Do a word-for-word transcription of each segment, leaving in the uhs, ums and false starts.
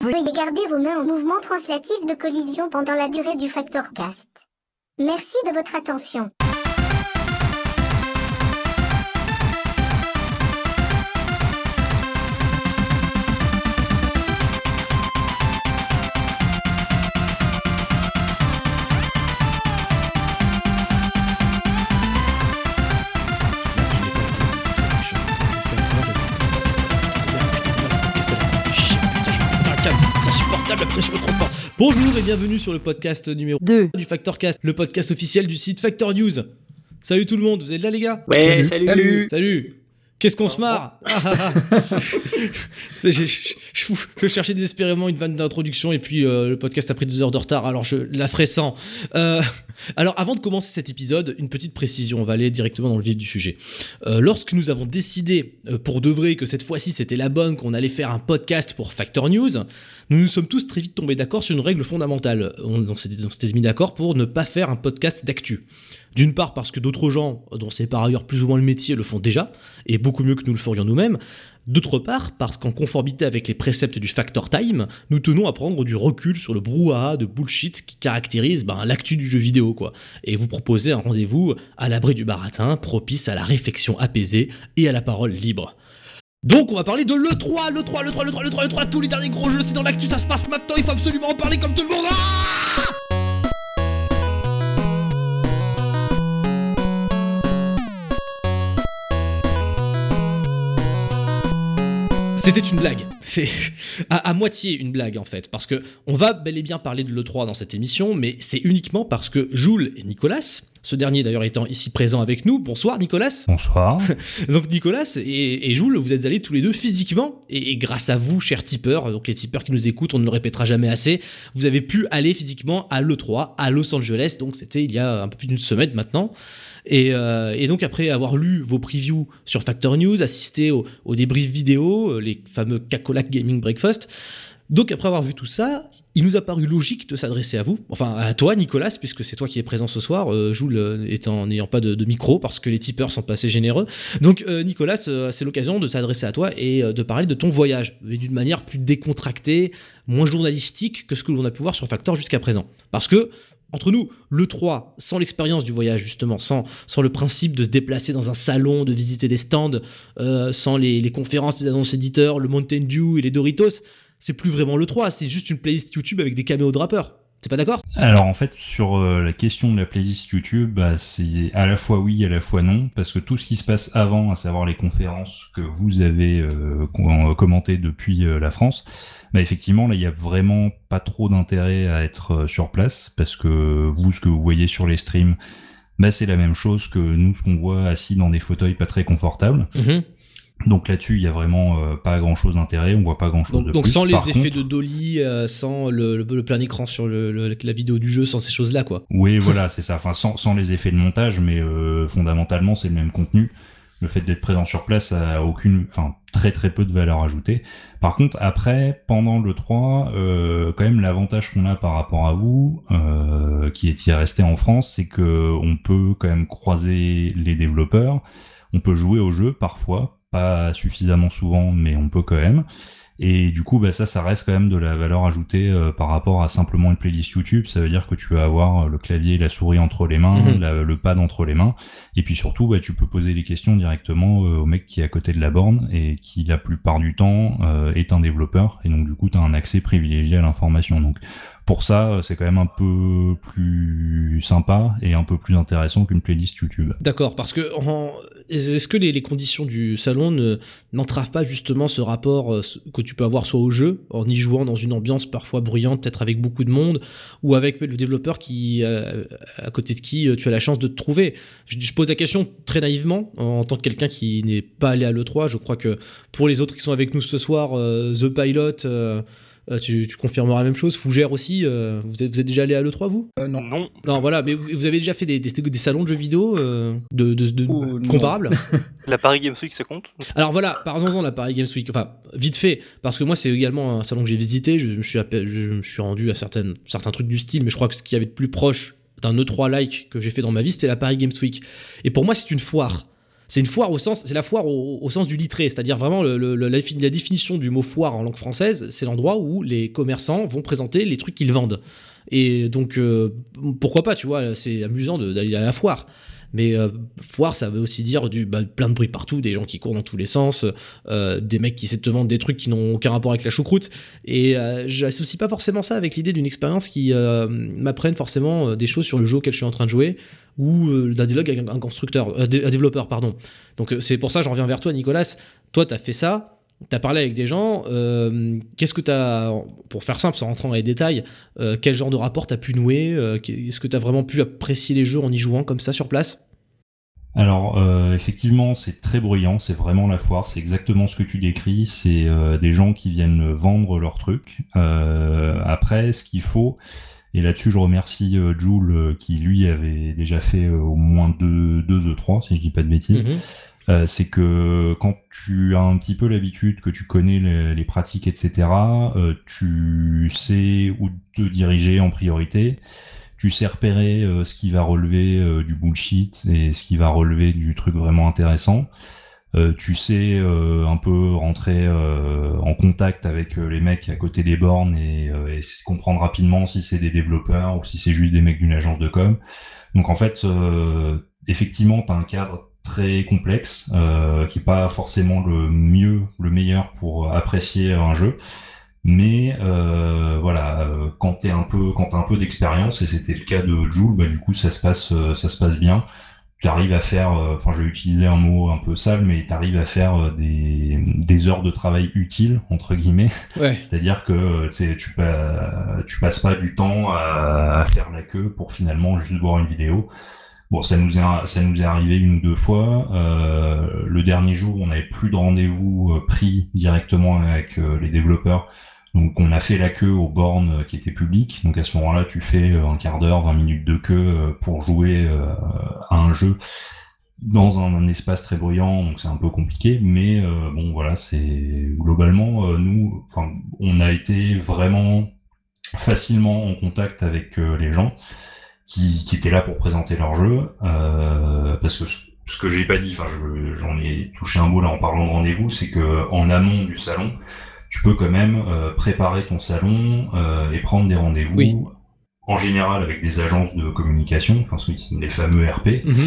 Veuillez garder vos mains en mouvement translatif de collision pendant la durée du FactorCast. Merci de votre attention. C'est insupportable, la pression est trop forte. Bonjour et bienvenue sur le podcast numéro deux du FactorCast, le podcast officiel du site Factor News. Salut tout le monde, vous êtes là les gars ? Ouais, salut. Salut. Salut. Qu'est-ce qu'on se marre. C'est, je, je, je, je cherchais désespérément une vanne d'introduction et puis euh, le podcast a pris deux heures de retard, alors je la ferai sans. Euh, alors avant de commencer cet épisode, une petite précision, on va aller directement dans le vif du sujet. Euh, lorsque nous avons décidé euh, pour de vrai que cette fois-ci c'était la bonne, qu'on allait faire un podcast pour Factor News, nous nous sommes tous très vite tombés d'accord sur une règle fondamentale. On, on, s'était, on s'était mis d'accord pour ne pas faire un podcast d'actu. D'une part parce que d'autres gens, dont c'est par ailleurs plus ou moins le métier, le font déjà, et beaucoup mieux que nous le ferions nous-mêmes. D'autre part parce qu'en conformité avec les préceptes du Factor Time, nous tenons à prendre du recul sur le brouhaha de bullshit qui caractérise ben, l'actu du jeu vidéo, quoi. Et vous proposer un rendez-vous à l'abri du baratin, propice à la réflexion apaisée et à la parole libre. Donc on va parler de l'E trois, l'E trois, l'E trois, l'E trois, l'E trois, l'E trois, tous les derniers gros jeux, c'est dans l'actu, ça se passe maintenant, il faut absolument en parler comme tout le monde. Ah C'était une blague, c'est à, à moitié une blague en fait, parce que on va bel et bien parler de l'E trois dans cette émission, mais c'est uniquement parce que Jules et Nicolas, ce dernier d'ailleurs étant ici présent avec nous, bonsoir Nicolas. Bonsoir. Donc Nicolas et, et Jules, vous êtes allés tous les deux physiquement, et, et grâce à vous, chers tipeurs, donc les tipeurs qui nous écoutent, on ne le répétera jamais assez, vous avez pu aller physiquement à l'E trois, à Los Angeles, donc c'était il y a un peu plus d'une semaine maintenant. Et, euh, et donc après avoir lu vos previews sur Factor News, assisté au, au débrief vidéo, les fameux Cacolac Gaming Breakfast, donc après avoir vu tout ça, il nous a paru logique de s'adresser à vous, enfin à toi Nicolas, puisque c'est toi qui es présent ce soir, euh, Jules euh, étant n'ayant pas de, de micro parce que les tipeurs sont pas assez généreux. Donc euh, Nicolas, euh, c'est l'occasion de s'adresser à toi et euh, de parler de ton voyage, mais d'une manière plus décontractée, moins journalistique que ce que l'on a pu voir sur Factor jusqu'à présent. Parce que entre nous, l'E trois, sans l'expérience du voyage justement, sans, sans le principe de se déplacer dans un salon, de visiter des stands, euh, sans les, les conférences des annonces éditeurs, le Mountain Dew et les Doritos, c'est plus vraiment l'E trois, c'est juste une playlist YouTube avec des caméos de rappeurs. T'es pas d'accord ? Alors en fait, sur euh, la question de la playlist YouTube, bah, c'est à la fois oui, à la fois non, parce que tout ce qui se passe avant, à savoir les conférences que vous avez euh, commentées depuis euh, la France, bah effectivement là il y a vraiment pas trop d'intérêt à être euh, sur place, parce que vous, ce que vous voyez sur les streams, bah c'est la même chose que nous, ce qu'on voit assis dans des fauteuils pas très confortables. Mmh. Donc là-dessus, il y a vraiment euh, pas grand-chose d'intérêt, on voit pas grand-chose donc, de donc plus. Donc sans les Par effets contre, de dolly, euh, sans le, le, le plein écran sur le, le, la vidéo du jeu, sans ces choses-là, quoi. Oui, voilà, c'est ça. Enfin, sans, sans les effets de montage, mais euh, fondamentalement, c'est le même contenu. Le fait d'être présent sur place a aucune, enfin, très très peu de valeur ajoutée. Par contre, après, pendant l'E trois, euh, quand même, l'avantage qu'on a par rapport à vous, euh, qui étiez resté en France, c'est que on peut quand même croiser les développeurs, on peut jouer au jeu parfois, pas suffisamment souvent, mais on peut quand même. Et du coup, bah ça, ça reste quand même de la valeur ajoutée euh, par rapport à simplement une playlist YouTube. Ça veut dire que tu vas avoir le clavier et la souris entre les mains, mmh. la, le pad entre les mains, et puis surtout, bah tu peux poser des questions directement euh, au mec qui est à côté de la borne et qui, la plupart du temps, euh, est un développeur. Et donc, du coup, tu as un accès privilégié à l'information. Donc, pour ça, c'est quand même un peu plus sympa et un peu plus intéressant qu'une playlist YouTube. D'accord, parce que en... est-ce que les, les conditions du salon ne, n'entravent pas justement ce rapport euh, que tu peux avoir soit au jeu, en y jouant dans une ambiance parfois bruyante, peut-être avec beaucoup de monde, ou avec le développeur qui, euh, à côté de qui euh, tu as la chance de te trouver. Je, je pose la question très naïvement, en, en tant que quelqu'un qui n'est pas allé à l'E trois. Je crois que pour les autres qui sont avec nous ce soir, euh, The Pilot... Euh, Euh, tu, tu confirmeras la même chose. Fougère aussi, euh, vous, êtes, vous êtes déjà allé à l'E trois, vous ? euh, Non. Non. Non, voilà, mais vous, vous avez déjà fait des, des, des salons de jeux vidéo euh, de, de, de, oh, comparables ? La Paris Games Week, ça compte ? Alors voilà, parlons-en de la Paris Games Week. Enfin, vite fait, parce que moi, c'est également un salon que j'ai visité. Je, je, me, suis, je, je me suis rendu à certaines, certains trucs du style, mais je crois que ce qu'il y avait de plus proche d'un E trois-like que j'ai fait dans ma vie, c'était la Paris Games Week. Et pour moi, c'est une foire. c'est une foire au sens, c'est la foire au, au sens du littré, c'est-à-dire vraiment le, le, la, la définition du mot foire en langue française, c'est l'endroit où les commerçants vont présenter les trucs qu'ils vendent. Et donc, euh, pourquoi pas, tu vois, c'est amusant de, d'aller à la foire. Mais euh, foire, ça veut aussi dire du, bah, plein de bruit partout, des gens qui courent dans tous les sens, euh, des mecs qui essaient de te vendre des trucs qui n'ont aucun rapport avec la choucroute. Et euh, j'associe pas forcément ça avec l'idée d'une expérience qui euh, m'apprenne forcément euh, des choses sur le jeu auquel je suis en train de jouer, ou euh, d'un dialogue avec un, un constructeur, euh, un développeur, pardon. Donc euh, c'est pour ça que j'en reviens vers toi, Nicolas. Toi, t'as fait ça. T'as parlé avec des gens, euh, qu'est-ce que t'as, pour faire simple, sans rentrer dans les détails, euh, quel genre de rapport t'as pu nouer, euh, est-ce que t'as vraiment pu apprécier les jeux en y jouant comme ça sur place ? Alors euh, effectivement c'est très bruyant, c'est vraiment la foire, c'est exactement ce que tu décris, c'est euh, des gens qui viennent vendre leurs trucs. Euh, après ce qu'il faut, et là-dessus je remercie euh, Jules qui lui avait déjà fait euh, au moins deux, deux E trois si je dis pas de bêtises. Mm-hmm. Euh, c'est que quand tu as un petit peu l'habitude, que tu connais les, les pratiques, et cetera, euh, tu sais où te diriger en priorité, tu sais repérer euh, ce qui va relever euh, du bullshit et ce qui va relever du truc vraiment intéressant. Euh, tu sais euh, un peu rentrer euh, en contact avec euh, les mecs à côté des bornes et, euh, et comprendre rapidement si c'est des développeurs ou si c'est juste des mecs d'une agence de com. Donc en fait, euh, effectivement, t'as un cadre très complexe, euh, qui est pas forcément le mieux, le meilleur pour apprécier un jeu, mais euh, voilà, euh, quand t'es un peu, quand t'as un peu d'expérience, et c'était le cas de Jules, bah du coup ça se passe, euh, ça se passe bien. Tu arrives à faire, enfin euh, je vais utiliser un mot un peu sale, mais tu arrives à faire euh, des des heures de travail utiles entre guillemets. Ouais. C'est-à-dire que tu tu pas, tu passes pas du temps à, à faire la queue pour finalement juste voir une vidéo. Bon, ça nous est, ça nous est arrivé une ou deux fois. Euh, le dernier jour, on n'avait plus de rendez-vous euh, pris directement avec euh, les développeurs. Donc, on a fait la queue aux bornes euh, qui étaient publiques. Donc, à ce moment-là, tu fais euh, un quart d'heure, vingt minutes de queue euh, pour jouer euh, à un jeu dans un, un espace très bruyant. Donc, c'est un peu compliqué. Mais euh, bon, voilà, c'est globalement, euh, nous, enfin, on a été vraiment facilement en contact avec euh, les gens qui, qui étaient là pour présenter leur jeu, euh, parce que ce que j'ai pas dit, enfin je, j'en ai touché un mot là en parlant de rendez-vous, c'est que en amont du salon, tu peux quand même euh, préparer ton salon euh, et prendre des rendez-vous, oui. En général avec des agences de communication, enfin les fameux R P. Mm-hmm.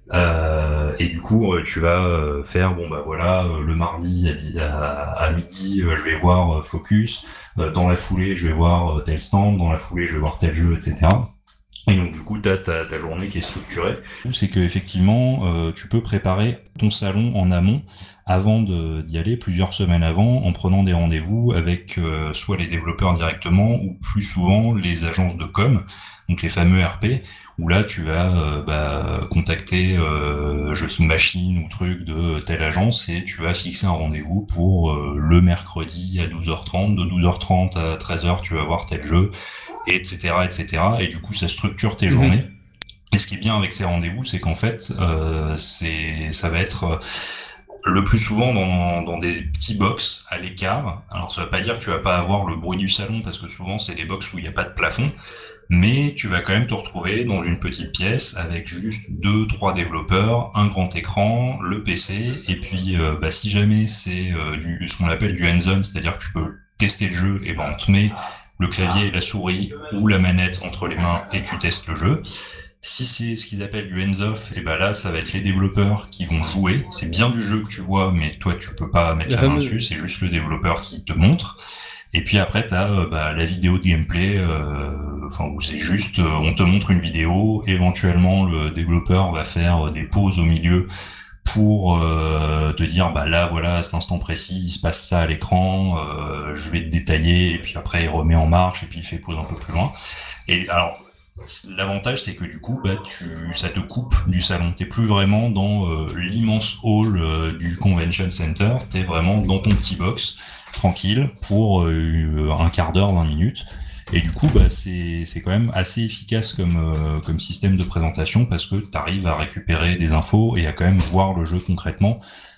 Euh, et du coup, tu vas faire bon bah voilà, le mardi à, à, à midi, je vais voir Focus. Dans la foulée, je vais voir tel stand. Dans la foulée, je vais voir tel jeu, et cetera. Et donc du coup, t'as ta, ta journée qui est structurée. C'est que effectivement, euh, tu peux préparer ton salon en amont, avant de, d'y aller, plusieurs semaines avant, en prenant des rendez-vous avec euh, soit les développeurs directement, ou plus souvent les agences de com, donc les fameux R P, où là tu vas euh, bah, contacter euh, je sais, machine ou truc de telle agence, et tu vas fixer un rendez-vous pour euh, le mercredi à douze heures trente, de douze heures trente à treize heures tu vas voir tel jeu, et cetera, et cetera. Et du coup, ça structure tes mmh. journées. Et ce qui est bien avec ces rendez-vous, c'est qu'en fait, euh, c'est, ça va être euh, le plus souvent dans, dans des petits box à l'écart. Alors, ça veut pas dire que tu vas pas avoir le bruit du salon, parce que souvent, c'est des box où il n'y a pas de plafond. Mais tu vas quand même te retrouver dans une petite pièce avec juste deux, trois développeurs, un grand écran, le P C, et puis, euh, bah, si jamais c'est euh, du, ce qu'on appelle du hands-on, c'est-à-dire que tu peux tester le jeu, et ben, on te met le clavier et la souris ou la manette entre les mains et tu testes le jeu. Si c'est ce qu'ils appellent du hands-off, et ben là, ça va être les développeurs qui vont jouer. C'est bien du jeu que tu vois, mais toi, tu peux pas mettre la, la main dessus. C'est juste le développeur qui te montre. Et puis après, t'as euh, bah, la vidéo de gameplay, euh, enfin où c'est juste, euh, on te montre une vidéo. Éventuellement, le développeur va faire des pauses au milieu pour euh, te dire bah là voilà à cet instant précis il se passe ça à l'écran, euh, je vais te détailler, et puis après il remet en marche et puis il fait pause un peu plus loin. Et alors l'avantage c'est que du coup bah tu ça te coupe du salon, t'es plus vraiment dans euh, l'immense hall euh, du convention center, t'es vraiment dans ton petit box tranquille pour euh, un quart d'heure, vingt minutes. Et du coup, bah, c'est, c'est quand même assez efficace comme, euh, comme système de présentation, parce que tu arrives à récupérer des infos et à quand même voir le jeu concrètement.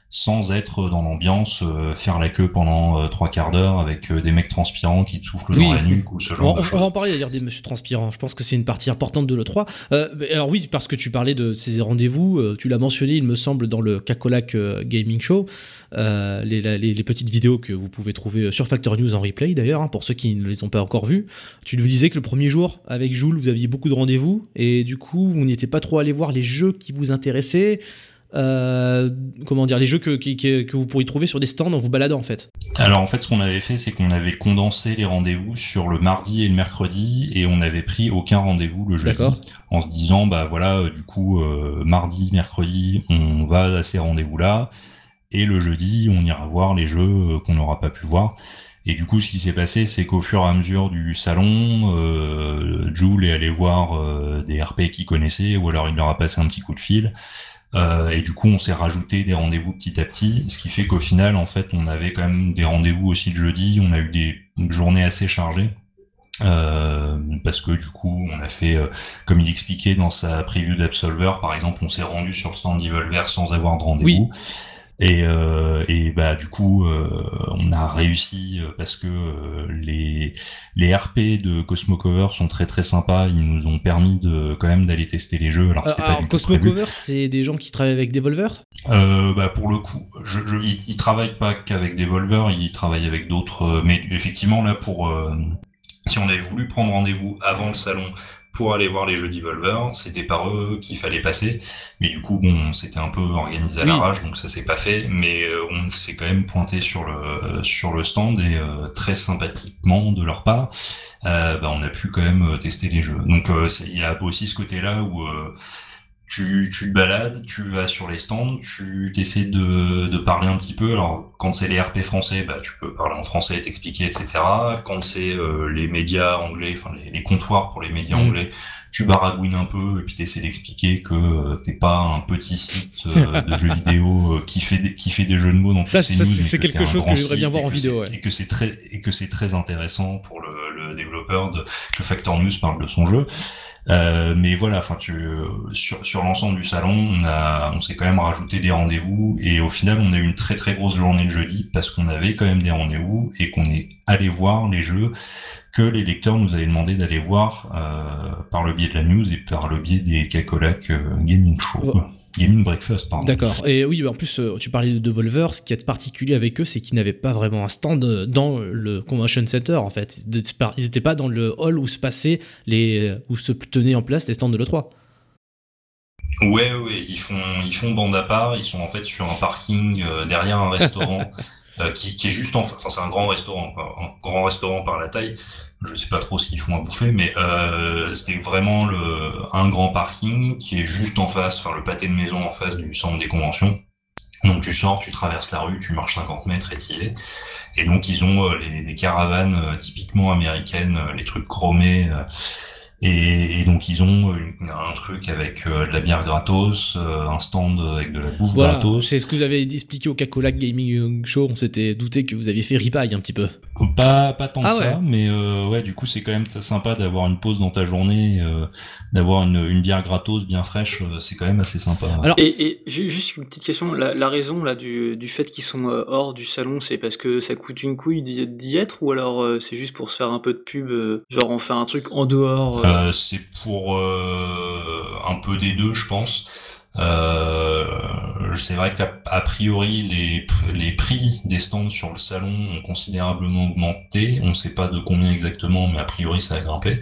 sans être dans l'ambiance, euh, faire la queue pendant euh, trois quarts d'heure avec euh, des mecs transpirants qui te soufflent Oui. dans la nuque ou ce genre On, de on choses. va en parler d'ailleurs des monsieur transpirants. Je pense que c'est une partie importante de l'E trois. Euh, alors oui, parce que tu parlais de ces rendez-vous, euh, tu l'as mentionné, il me semble, dans le Cacolac euh, Gaming Show, euh, les, les, les petites vidéos que vous pouvez trouver sur Factor News en replay d'ailleurs, hein, pour ceux qui ne les ont pas encore vues. Tu nous disais que le premier jour, avec Jules, vous aviez beaucoup de rendez-vous, et du coup, vous n'étiez pas trop allé voir les jeux qui vous intéressaient. Euh, comment dire, les jeux que, que, que vous pourriez trouver sur des stands en vous baladant en fait. Alors en fait, ce qu'on avait fait, c'est qu'on avait condensé les rendez-vous sur le mardi et le mercredi, et on n'avait pris aucun rendez-vous le jeudi, D'accord. en se disant bah voilà, euh, du coup euh, mardi, mercredi, on va à ces rendez-vous-là, et le jeudi, on ira voir les jeux euh, qu'on n'aura pas pu voir. Et du coup, ce qui s'est passé, c'est qu'au fur et à mesure du salon, euh, Jules est allé voir euh, des R P qu'il connaissait, ou alors il leur a passé un petit coup de fil. Euh, et du coup, on s'est rajouté des rendez-vous petit à petit, ce qui fait qu'au final, en fait, on avait quand même des rendez-vous aussi le jeudi. On a eu des journées assez chargées. Euh, parce que du coup, on a fait, euh, comme il expliquait dans sa preview d'Absolver, par exemple, on s'est rendu sur le stand d'Evolver sans avoir de rendez-vous. Oui. Et, euh, et bah du coup, euh, on a réussi parce que euh, les les R P de Cosmo Cover sont très très sympas. Ils nous ont permis de quand même d'aller tester les jeux. Alors c'était Euh, pas alors, du tout Cosmo prévu. Cover, c'est des gens qui travaillent avec Devolver. Euh, bah pour le coup, je, je, ils, ils travaillent pas qu'avec Devolver, ils travaillent avec d'autres. euh, Mais effectivement là, pour euh, si on avait voulu prendre rendez-vous avant le salon pour aller voir les jeux Devolver, c'était par eux qu'il fallait passer. Mais du coup, bon, c'était un peu organisé à Oui. l'arrache, donc ça s'est pas fait. Mais euh, on s'est quand même pointé sur le sur le stand et euh, très sympathiquement de leur part, euh, bah, on a pu quand même tester les jeux. Donc euh, il y a aussi ce côté-là où euh, tu, tu te balades, tu vas sur les stands, tu t'essaies de, de parler un petit peu. Alors, quand c'est les R P français, bah, tu peux parler en français, t'expliquer, et cetera. Quand c'est euh, les médias anglais, enfin les, les comptoirs pour les médias Mmh. anglais, tu baragouines un peu et puis t'essaies d'expliquer que euh, t'es pas un petit site euh, de jeux vidéo euh, qui fait des, qui fait des jeux de mots dans Ça, toutes ses ça, news, c'est mais que quelque t'es un chose grand que j'aimerais bien site voir et en que vidéo, c'est- ouais. Et que c'est très et que c'est très intéressant pour le, le développeur de que Factor News parle de son jeu. Euh, mais voilà, enfin, tu sur sur l'ensemble du salon, on a, on s'est quand même rajouté des rendez-vous et au final, on a eu une très très grosse journée le jeudi parce qu'on avait quand même des rendez-vous et qu'on est allé voir les jeux que les lecteurs nous avaient demandé d'aller voir euh, par le biais de la news et par le biais des Cacolac euh, Gaming Show, Ouais. euh, Gaming Breakfast, pardon. D'accord. Et oui, en plus, euh, tu parlais de Devolver. Ce qui est particulier avec eux, c'est qu'ils n'avaient pas vraiment un stand euh, dans le Convention Center, en fait. Ils n'étaient pas dans le hall où se passaient les, où se tenaient en place les stands de l'E trois. Ouais, ouais, ils font, ils font bande à part. Ils sont en fait sur un parking euh, derrière un restaurant euh, qui, qui est juste en, enfin, c'est un grand restaurant, quoi, un grand restaurant par la taille. Je sais pas trop ce qu'ils font à bouffer, mais euh, c'était vraiment le, un grand parking qui est juste en face, enfin le pâté de maison en face du centre des conventions. Donc tu sors, tu traverses la rue, tu marches cinquante mètres et t'y es. Et donc ils ont euh, les, des caravanes euh, typiquement américaines, euh, les trucs chromés. Euh, et, et donc ils ont une, un truc avec euh, de la bière gratos, euh, un stand avec de la bouffe Voilà, gratos. c'est ce que vous avez expliqué au Cacolac Gaming Show. On s'était douté que vous aviez fait ripaille un petit peu. Pas, pas tant Ah que ouais. ça, mais euh, ouais, du coup c'est quand même t- sympa d'avoir une pause dans ta journée, euh, d'avoir une, une bière gratos bien fraîche, euh, c'est quand même assez sympa. Alors- Et, et j'ai juste une petite question, la, la raison là du, du fait qu'ils sont euh, hors du salon, c'est parce que ça coûte une couille d'y d'y être, ou alors euh, c'est juste pour se faire un peu de pub, euh, genre on fait un truc en dehors euh, Euh, c'est pour euh, un peu des deux, je pense. Euh, c'est vrai qu'a a priori les les prix des stands sur le salon ont considérablement augmenté. On ne sait pas de combien exactement, mais a priori ça a grimpé.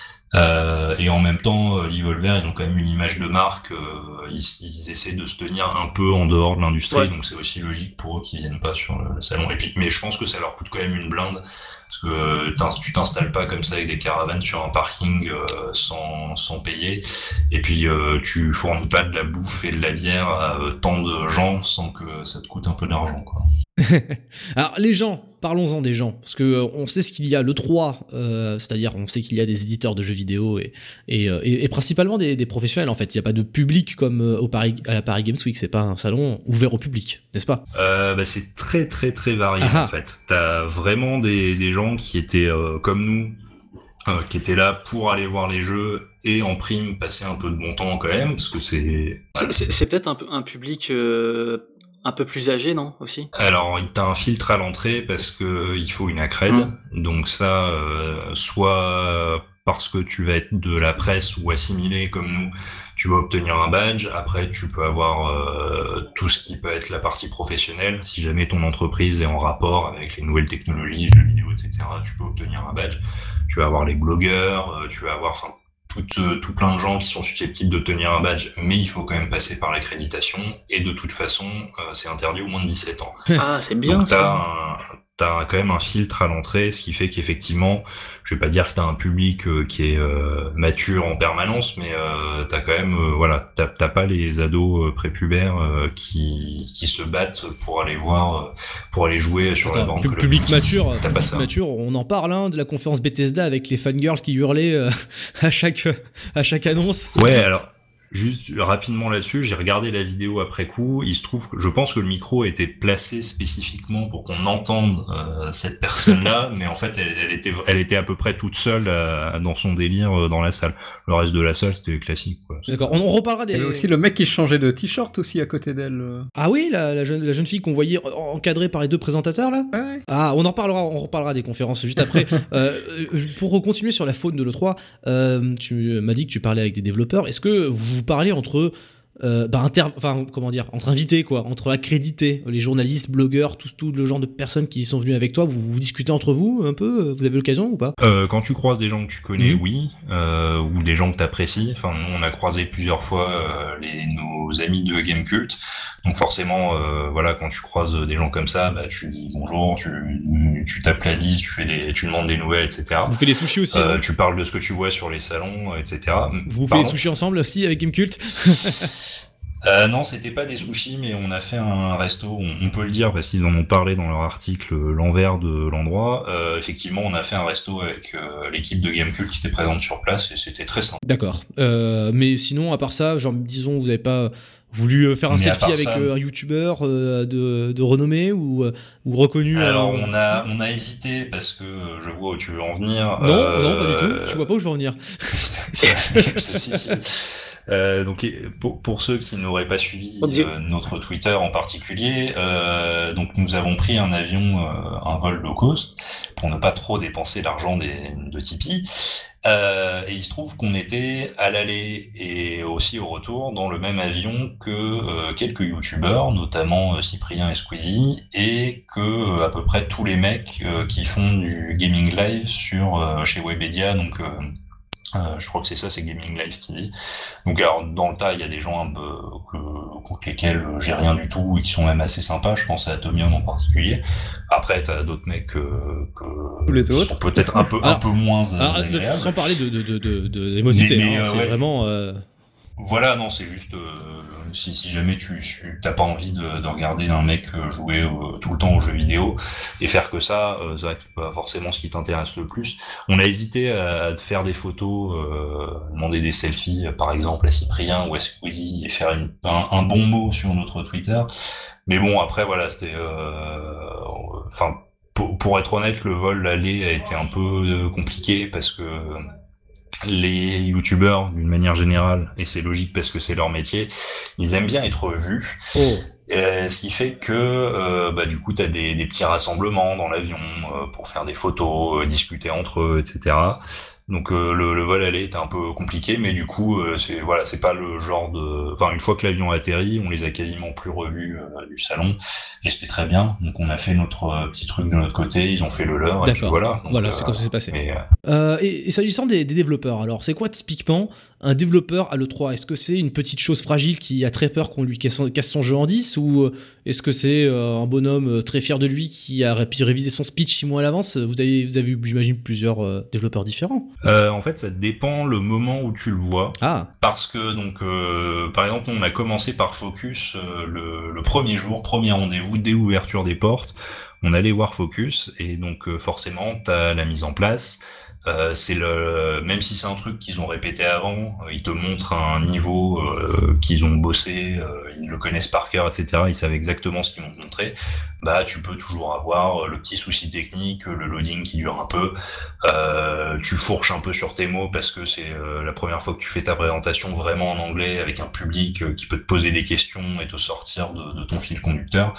Euh, et en même temps, euh, Evolver, ils ont quand même une image de marque. Euh, ils, ils essaient de se tenir un peu en dehors de l'industrie, Ouais. donc c'est aussi logique pour eux qu'ils viennent pas sur le, le salon. Et puis, mais je pense que ça leur coûte quand même une blinde. Parce que t'in- tu t'installes pas comme ça avec des caravanes sur un parking euh, sans, sans payer. Et puis euh, tu fournis pas de la bouffe et de la bière à euh, tant de gens sans que ça te coûte un peu d'argent, quoi. Alors les gens, parlons-en des gens, parce que euh, on sait ce qu'il y a le trois, euh, c'est-à-dire on sait qu'il y a des éditeurs de jeux vidéo et, et, euh, et, et principalement des, des professionnels en fait. Il n'y a pas de public comme euh, au Paris, à la Paris Games Week, c'est pas un salon ouvert au public, n'est-ce pas? Euh, bah, c'est très très très varié Ah ah. en fait. T'as vraiment des, des gens qui étaient euh, comme nous, euh, qui étaient là pour aller voir les jeux et en prime passer un peu de bon temps quand même, parce que c'est... C'est- C'est c'est peut-être un, peu- un public euh, un peu plus âgés, non, aussi? Alors, t'as un filtre à l'entrée parce que il faut une accred. Mmh. Donc ça, euh, soit parce que tu vas être de la presse ou assimilé comme nous, tu vas obtenir un badge. Après, tu peux avoir euh, tout ce qui peut être la partie professionnelle. Si jamais ton entreprise est en rapport avec les nouvelles technologies, jeux vidéo, et cetera, tu peux obtenir un badge. Tu vas avoir les blogueurs, euh, tu vas avoir, enfin, tout, euh, tout plein de gens qui sont susceptibles d'obtenir un badge, mais il faut quand même passer par l'accréditation. Et de toute façon, euh, c'est interdit au moins de dix-sept ans. Ah, c'est bien, Donc t'as ça. un, t'as quand même un filtre à l'entrée, ce qui fait qu'effectivement, je vais pas dire que t'as un public euh, qui est euh, mature en permanence, mais euh, t'as quand même, euh, voilà, t'as, t'as pas les ados euh, prépubères euh, qui qui se battent pour aller voir, euh, pour aller jouer sur la Attends, borne pu- Call of public Duty. mature, T'as pas public ça. mature, on en parle hein, de la conférence Bethesda avec les fangirls qui hurlaient euh, à chaque à chaque annonce. Ouais, alors. Juste rapidement là-dessus, j'ai regardé la vidéo après coup. Il se trouve que je pense que le micro était placé spécifiquement pour qu'on entende euh, cette personne-là, mais en fait, elle, elle était, elle était à peu près toute seule euh, dans son délire euh, dans la salle. Le reste de la salle, c'était classique, quoi. D'accord, on, on reparlera Il y des. avait aussi le mec qui changeait de t-shirt aussi à côté d'elle. euh. Ah oui, la, la jeune la jeune fille qu'on voyait en- encadrée par les deux présentateurs là. Ouais. Ah, on en reparlera, on reparlera des conférences juste après. euh, pour continuer sur la faune de l'E trois, euh, tu m'as dit que tu parlais avec des développeurs. Est-ce que vous vous parlez entre euh, bah, inter... enfin, comment dire, entre invités, quoi, entre accrédités, les journalistes, blogueurs, tout, tout le genre de personnes qui sont venues avec toi, vous, vous discutez entre vous un peu, vous avez l'occasion ou pas? Euh, quand tu croises des gens que tu connais, Mhm. oui, euh, ou des gens que t'apprécies. Enfin, nous, on a croisé plusieurs fois euh, les, nos amis de Gamecult. Donc forcément, euh, voilà, quand tu croises des gens comme ça, bah, tu dis bonjour, tu, tu tapes la bise, tu fais des, tu demandes des nouvelles, et cetera. Vous faites des sushis aussi, Euh, non tu parles de ce que tu vois sur les salons, et cetera. Vous faites Pardon des sushis ensemble aussi avec Gamecult? Euh, non, c'était pas des sushis, mais on a fait un resto, on, on peut le dire parce qu'ils en ont parlé dans leur article, euh, l'envers de l'endroit. Euh, effectivement, on a fait un resto avec euh, l'équipe de Gamecult qui était présente sur place et c'était très sympa. D'accord. Euh, mais sinon, à part ça, genre, disons, vous avez pas voulu euh, faire un Mais à selfie part avec ça- euh, un youtubeur euh, de, de renommée ou, euh, ou reconnu Alors, euh, on a, on a hésité parce que euh, je vois où tu veux en venir. Non, Euh, non, pas du tout. Je vois pas où je veux en venir. si, si. Euh, donc et pour, pour ceux qui n'auraient pas suivi On dit- euh, notre Twitter en particulier, euh, donc nous avons pris un avion, euh, un vol low cost pour ne pas trop dépenser l'argent des, de Tipeee. Euh, et il se trouve qu'on était à l'aller et aussi au retour dans le même avion que euh, quelques youtubeurs, notamment euh, Cyprien et Squeezie, et que euh, à peu près tous les mecs euh, qui font du gaming live sur euh, chez Webedia, donc euh, euh, je crois que c'est ça, c'est Gaming Live T V. Donc alors dans le tas, il y a des gens un peu que, contre lesquels euh, j'ai rien du tout et qui sont même assez sympas. Je pense à Atomium en particulier. Après, t'as d'autres mecs que, que Tous les qui autres. sont peut-être un peu un Alors, peu moins euh, Ah, agréables. sans parler de, de, de, de, de d'émosité, Mais- mais, hein, euh, c'est ouais. vraiment. euh, Voilà, non, c'est juste euh, si, si jamais tu, tu t'as pas envie de, de regarder un mec euh, jouer euh, tout le temps aux jeux vidéo et faire que ça, euh, c'est vrai que c'est pas forcément ce qui t'intéresse le plus. On a hésité à, à faire des photos, euh, demander des selfies, euh, par exemple à Cyprien ou à Squeezie et faire une, un, un bon mot sur notre Twitter. Mais bon, après voilà, c'était, enfin, euh, pour, pour être honnête, le vol l'aller a été un peu euh, compliqué parce que les youtubeurs, d'une manière générale, et c'est logique parce que c'est leur métier, ils aiment bien être vus. Oh. Euh, ce qui fait que euh, bah, du coup t'as des, des petits rassemblements dans l'avion euh, pour faire des photos, euh, discuter entre eux, et cetera. Donc euh, le, le vol aller était un peu compliqué, mais du coup euh, c'est voilà, c'est pas le genre de, enfin une fois que l'avion a atterri, on les a quasiment plus revus euh, du salon, et c'était très bien. Donc on a fait notre euh, petit truc de notre côté, ils ont fait le leur, et puis D'accord. voilà. Donc, Voilà, euh, c'est comme ça s'est passé. mais, euh, Euh, et, et s'agissant des, des développeurs, alors c'est quoi typiquement un développeur à l'E trois? Est-ce que c'est une petite chose fragile qui a très peur qu'on lui casse son, casse son jeu en dix, ou euh, est-ce que c'est euh, un bonhomme euh, très fier de lui qui a pu réviser son speech six mois à l'avance? Vous avez, vous avez eu, j'imagine, plusieurs euh, développeurs différents. euh, en fait, ça dépend le moment où tu le vois. Ah, Parce que donc euh, par exemple on a commencé par Focus euh, le, le premier jour, premier rendez-vous dès ouverture des portes. on allait voir Focus, et donc euh, forcément, t'as la mise en place. Euh, c'est le même si c'est un truc qu'ils ont répété avant, euh, ils te montrent un niveau euh, qu'ils ont bossé, euh, ils le connaissent par cœur, et cetera. Ils savent exactement ce qu'ils vont te montrer. Bah, tu peux toujours avoir le petit souci technique, le loading qui dure un peu. Euh, tu fourches un peu sur tes mots parce que c'est euh, la première fois que tu fais ta présentation vraiment en anglais avec un public euh, qui peut te poser des questions et te sortir de, de ton fil conducteur.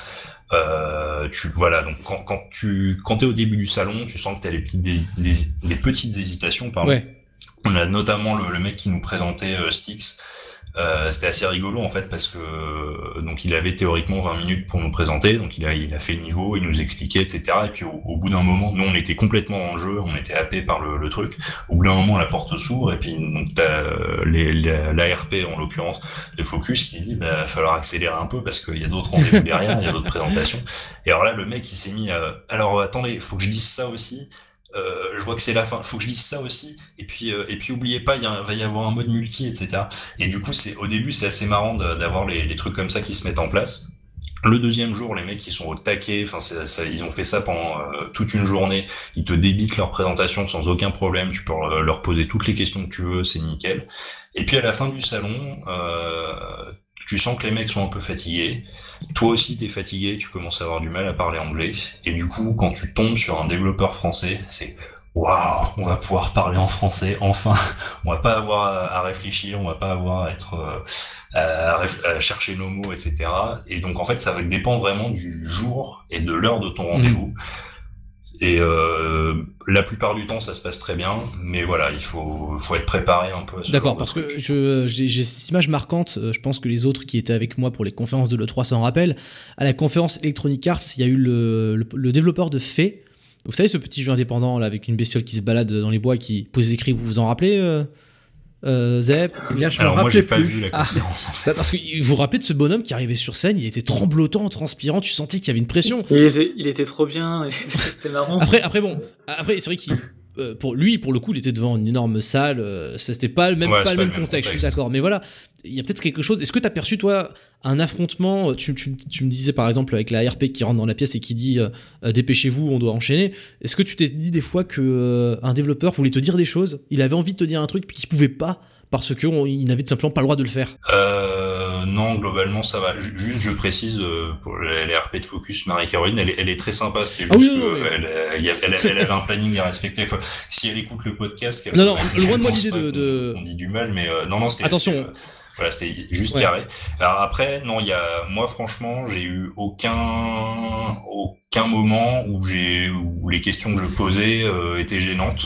Euh, tu voilà, donc quand quand tu quand t'es au début du salon, tu sens que t'as les petites des, des, des petites hésitations, pardon. Ouais. On a notamment le, le mec qui nous présentait euh, Styx. Euh, c'était assez rigolo en fait parce que euh, donc il avait théoriquement vingt minutes pour nous présenter, donc il a il a fait le niveau, il nous expliquait, et cetera. Et puis au, au bout d'un moment, nous on était complètement en jeu, on était happé par le, le truc. Au bout d'un moment, la porte s'ouvre et puis donc t'as les, les, l'A R P en l'occurrence de Focus qui dit bah va falloir accélérer un peu parce qu'il y a d'autres rendez-vous derrière, il y a d'autres présentations. Et alors là le mec il s'est mis à, alors attendez, faut que je dise ça aussi. Euh, je vois que c'est la fin. Faut que je dise ça aussi. Et puis, euh, et puis, oubliez pas, il y a, va y avoir un mode multi, et cetera. Et du coup, c'est au début, c'est assez marrant de, d'avoir les, les trucs comme ça qui se mettent en place. Le deuxième jour, les mecs, ils sont au taquet. Enfin, c'est, ça, ils ont fait ça pendant euh, toute une journée. Ils te débitent leur présentation sans aucun problème. Tu peux leur, leur poser toutes les questions que tu veux, c'est nickel. Et puis à la fin du salon, euh, tu sens que les mecs sont un peu fatigués. Toi aussi, t'es fatigué, tu commences à avoir du mal à parler anglais. Et du coup, quand tu tombes sur un développeur français, c'est waouh, on va pouvoir parler en français, enfin. On va pas avoir à réfléchir, on va pas avoir à être euh, à, réf- à chercher nos mots, et cetera. Et donc en fait, ça va dépendre vraiment du jour et de l'heure de ton rendez-vous. Mmh. Et euh, la plupart du temps, ça se passe très bien, mais voilà, il faut, faut être préparé un peu à ce D'accord, genre de parce truc. que je, j'ai, j'ai cette image marquante, je pense que les autres qui étaient avec moi pour les conférences de l'E trois s'en rappellent. À la conférence Electronic Arts, il y a eu le, le, le développeur de Fez. Vous savez, ce petit jeu indépendant là, avec une bestiole qui se balade dans les bois et qui pose des cris, vous vous en rappelez euh Euh, Zep. Bien, je Alors me moi j'ai rappelais pas plus. vu la conférence Ah. en fait. Bah parce que vous vous rappelez de ce bonhomme qui arrivait sur scène, il était tremblotant, transpirant, tu sentais qu'il y avait une pression. Il était, il était trop bien, c'était marrant. Après, après bon, après c'est vrai qu'il, euh, pour lui, pour le coup, il était devant une énorme salle, euh, ça c'était pas le même, Ouais, pas c'est le pas même le même contexte, je suis contexte. d'accord. Mais voilà, il y a peut-être quelque chose. Est-ce que t'as perçu toi un affrontement? Tu, tu, tu me disais par exemple avec la A R P qui rentre dans la pièce et qui dit euh, euh, dépêchez-vous, on doit enchaîner. Est-ce que tu t'es dit des fois que euh, un développeur voulait te dire des choses, il avait envie de te dire un truc puis qu'il pouvait pas? Parce qu'il n'avait tout simplement pas le droit de le faire. Euh, non, globalement ça va. Ju- Juste, je précise euh, pour les les R P de Focus, Marie-Caroline, elle, est- elle est très sympa. C'était Ah oui, juste non, non, mais- qu'elle elle, elle, elle avait un planning à respecter. Faut- si elle écoute le podcast, qu'elle Non, non, elle loin de moi pense l'idée pas de- qu'on- de- qu'on dit du mal, mais euh, non, non, c'était Attention. c'était, euh, voilà, c'était juste Ouais. carré. Alors après, non, il y a, moi franchement, j'ai eu aucun, aucun moment où j'ai, où les questions que je posais euh, étaient gênantes.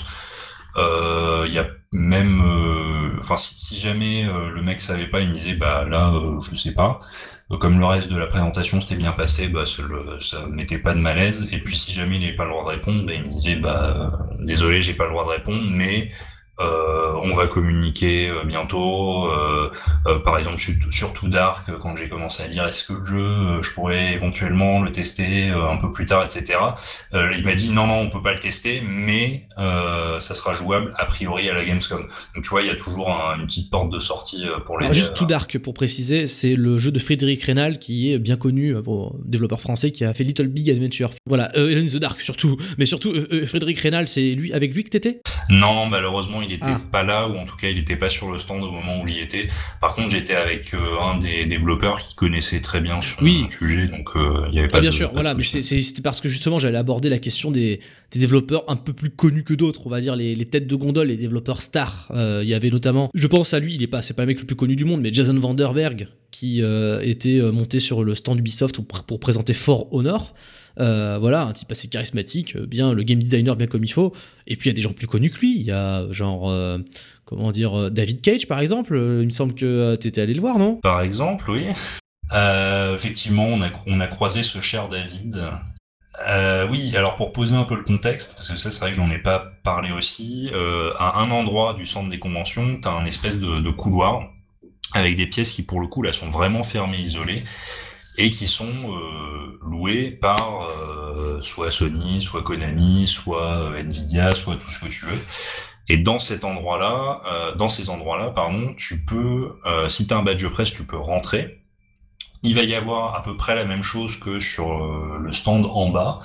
Euh, Il y a même, euh, enfin, si, si jamais euh, le mec savait pas, il me disait, bah là, euh, je sais pas. Euh, Comme le reste de la présentation s'était bien passé, bah ça, le, ça mettait pas de malaise. Et puis si jamais il n'avait pas le droit de répondre, bah, il me disait, bah euh, désolé, j'ai pas le droit de répondre, mais euh, on va communiquer euh, bientôt. Euh, euh, par exemple, surtout, surtout Dark, euh, quand j'ai commencé à dire est-ce que le jeu, euh, je pourrais éventuellement le tester euh, un peu plus tard, et cetera. Euh, il m'a dit non, non, on peut pas le tester, mais euh, ça sera jouable a priori à la Gamescom. Donc tu vois, il y a toujours un, une petite porte de sortie euh, pour les. Alors juste euh, Too Dark pour préciser, c'est le jeu de Frédéric Reynal qui est bien connu euh, pour développeur français qui a fait Little Big Adventure. Voilà, euh, Alone in the Dark surtout, mais surtout euh, euh, Frédéric Reynal, c'est lui avec lui que t'étais? Non, malheureusement, il était Ah. pas là, ou en tout cas, il était pas sur le stand au moment où j'y étais. Par contre, j'étais avec euh, un des développeurs qui connaissait très bien son Oui. sujet, donc euh, il y avait pas Ah, bien de. sûr, pas de voilà, mais souci. c'est, c'est, c'était parce que justement j'allais aborder la question des, des développeurs un peu plus connus que d'autres, on va dire les, les têtes de gondole, les développeurs stars. Euh, Il y avait notamment, je pense à lui, il est pas, c'est pas le mec le plus connu du monde, mais Jason Vanderberg qui euh, était euh, monté sur le stand Ubisoft pour, pour présenter For Honor. Euh, voilà, un type assez charismatique, euh, bien le game designer bien comme il faut. Et puis il y a des gens plus connus que lui. Il y a genre, euh, comment dire, euh, David Cage par exemple. Euh, il me semble que euh, t'étais allé le voir, non? Par exemple, oui. Euh, effectivement, on a, on a croisé ce cher David. Euh, oui, alors pour poser un peu le contexte, parce que ça c'est vrai que j'en ai pas parlé aussi, euh, à un endroit du centre des conventions, t'as un espèce de, de couloir avec des pièces qui pour le coup là sont vraiment fermées, isolées, et qui sont euh, louées par euh, soit Sony, soit Konami, soit euh, Nvidia, soit tout ce que tu veux. Et dans cet endroit-là, euh, dans ces endroits-là, pardon, tu peux, euh, si t'as un badge presse, tu peux rentrer. Il va y avoir à peu près la même chose que sur euh, le stand en bas,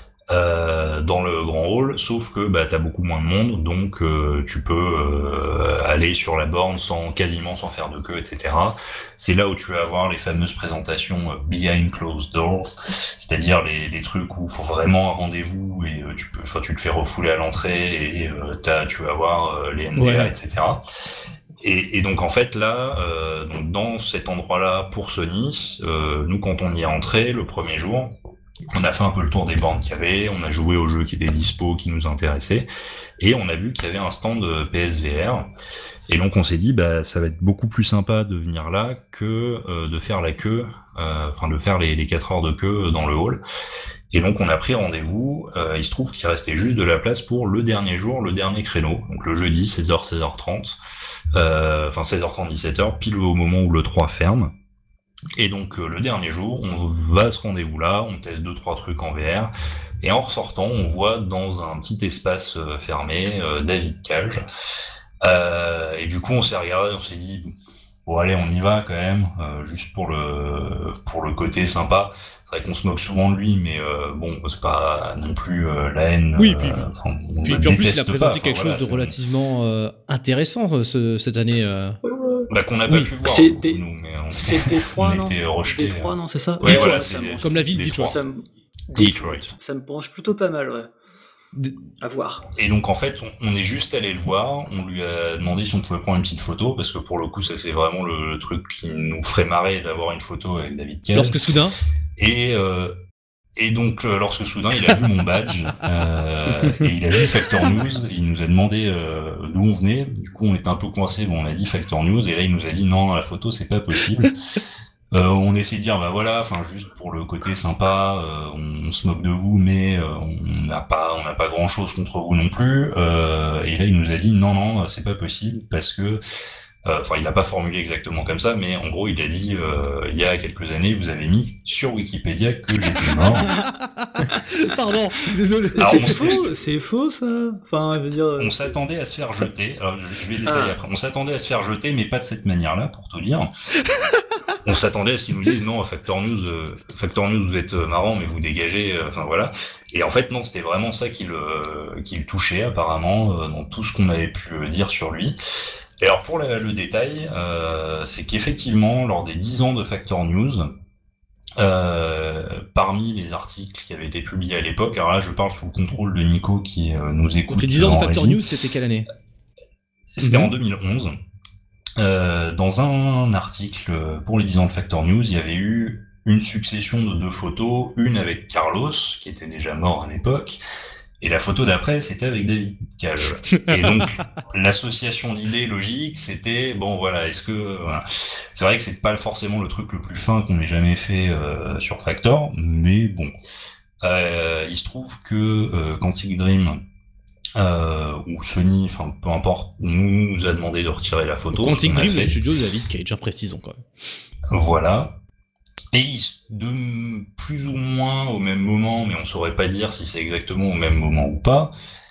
euh, dans le grand hall, sauf que bah, t'as beaucoup moins de monde, donc euh, tu peux euh, aller sur la borne sans quasiment sans faire de queue, et cetera. C'est là où tu vas avoir les fameuses présentations euh, behind closed doors, c'est-à-dire les, les trucs où il faut vraiment un rendez-vous et euh, tu peux, enfin tu te fais refouler à l'entrée et euh, t'as, tu vas avoir euh, les N D A, Ouais. et cetera. Et, et donc en fait là, euh, donc dans cet endroit-là pour Sony, euh, nous quand on y est entré le premier jour, on a fait un peu le tour des bornes qu'il y avait, on a joué aux jeux qui étaient dispo, qui nous intéressaient, et on a vu qu'il y avait un stand P S V R. Et donc on s'est dit bah ça va être beaucoup plus sympa de venir là que euh, de faire la queue, euh, enfin de faire les, les quatre heures de queue dans le hall. Et donc on a pris rendez-vous, euh, il se trouve qu'il restait juste de la place pour le dernier jour, le dernier créneau, donc le jeudi seize heures seize heures trente, euh, enfin seize heures trente dix-sept heures, pile au moment où le trois ferme. Et donc euh, le dernier jour, on va à ce rendez-vous-là, on teste deux trois trucs en V R, et en ressortant, on voit dans un petit espace euh, fermé euh, David Cage. Euh, et du coup, on s'est regardé, on s'est dit bon allez, on y va quand même, euh, juste pour le pour le côté sympa. C'est vrai qu'on se moque souvent de lui, mais euh, bon, c'est pas non plus euh, la haine. Oui, puis, euh, enfin, on puis, le puis en plus, il a déteste présenté pas, quelque enfin, chose voilà, de c'est- relativement euh, intéressant euh, ce- cette année. euh. Bah, qu'on n'a pas Oui. pu voir C'est beaucoup, des- nous, mais on, C'est Détroit, on non était rejetés. Détroit, non, c'est ça Ouais, Detroit, voilà, ça c'est me- Comme la ville Détroit. Detroit. ça me... Detroit. Ça me penche plutôt pas mal, ouais. D- À voir. Et donc en fait, on, on est juste allé le voir, on lui a demandé si on pouvait prendre une petite photo, parce que pour le coup, ça c'est vraiment le, le truc qui nous ferait marrer d'avoir une photo avec David Cage. Lorsque soudain, Et, euh, et donc euh, lorsque soudain, il a vu mon badge, euh, et il a vu Factor News, il nous a demandé euh, d'où on venait, du coup on était un peu coincés, bon on a dit Factor News, et là il nous a dit non, la photo c'est pas possible. Euh, on essaie de dire bah voilà, enfin juste pour le côté sympa, euh, on, on se moque de vous, mais euh, on n'a pas, on n'a pas grand chose contre vous non plus. Euh, et là il nous a dit non non, c'est pas possible parce que, enfin euh, il n'a pas formulé exactement comme ça, mais en gros il a dit euh, il y a quelques années vous avez mis sur Wikipédia que j'étais mort. pardon, désolé. Alors, C'est on s- faux, c'est faux ça. Enfin, je veux dire. On s'attendait à se faire jeter. Alors, je je vais détailler Ah. après. On s'attendait à se faire jeter, mais pas de cette manière-là, pour tout dire. On s'attendait à ce qu'ils nous disent non, Factor News, euh, Factor News, vous êtes euh, marrant, mais vous dégagez. euh, Enfin voilà. Et en fait, non, c'était vraiment ça qui le, qui le touchait apparemment euh, dans tout ce qu'on avait pu euh, dire sur lui. Et alors pour la- le détail, euh, c'est qu'effectivement, lors des dix ans de Factor News, euh, parmi les articles qui avaient été publiés à l'époque, alors là, je parle sous le contrôle de Nico qui euh, nous écoute. Donc les dix ans en de Factor régie. News, c'était quelle année? C'était Mhm. en deux mille onze. Euh, dans un article pour les dix ans de Factor News, il y avait eu une succession de deux photos, une avec Carlos, qui était déjà mort à l'époque, et la photo d'après, c'était avec David Cage. Et donc, l'association d'idées logiques, c'était, bon voilà, est-ce que... Voilà. C'est vrai que c'est pas forcément le truc le plus fin qu'on ait jamais fait euh, sur Factor, mais bon. Euh, il se trouve que euh, Quantic Dream... Euh, ou Sony, enfin peu importe, nous, nous a demandé de retirer la photo. Quantic ce qu'on a Dream, le fait. studio de David Cage, hein, précisons quand même. Voilà. Et ils- de plus ou moins au même moment, mais on saurait pas dire si c'est exactement au même moment ou pas.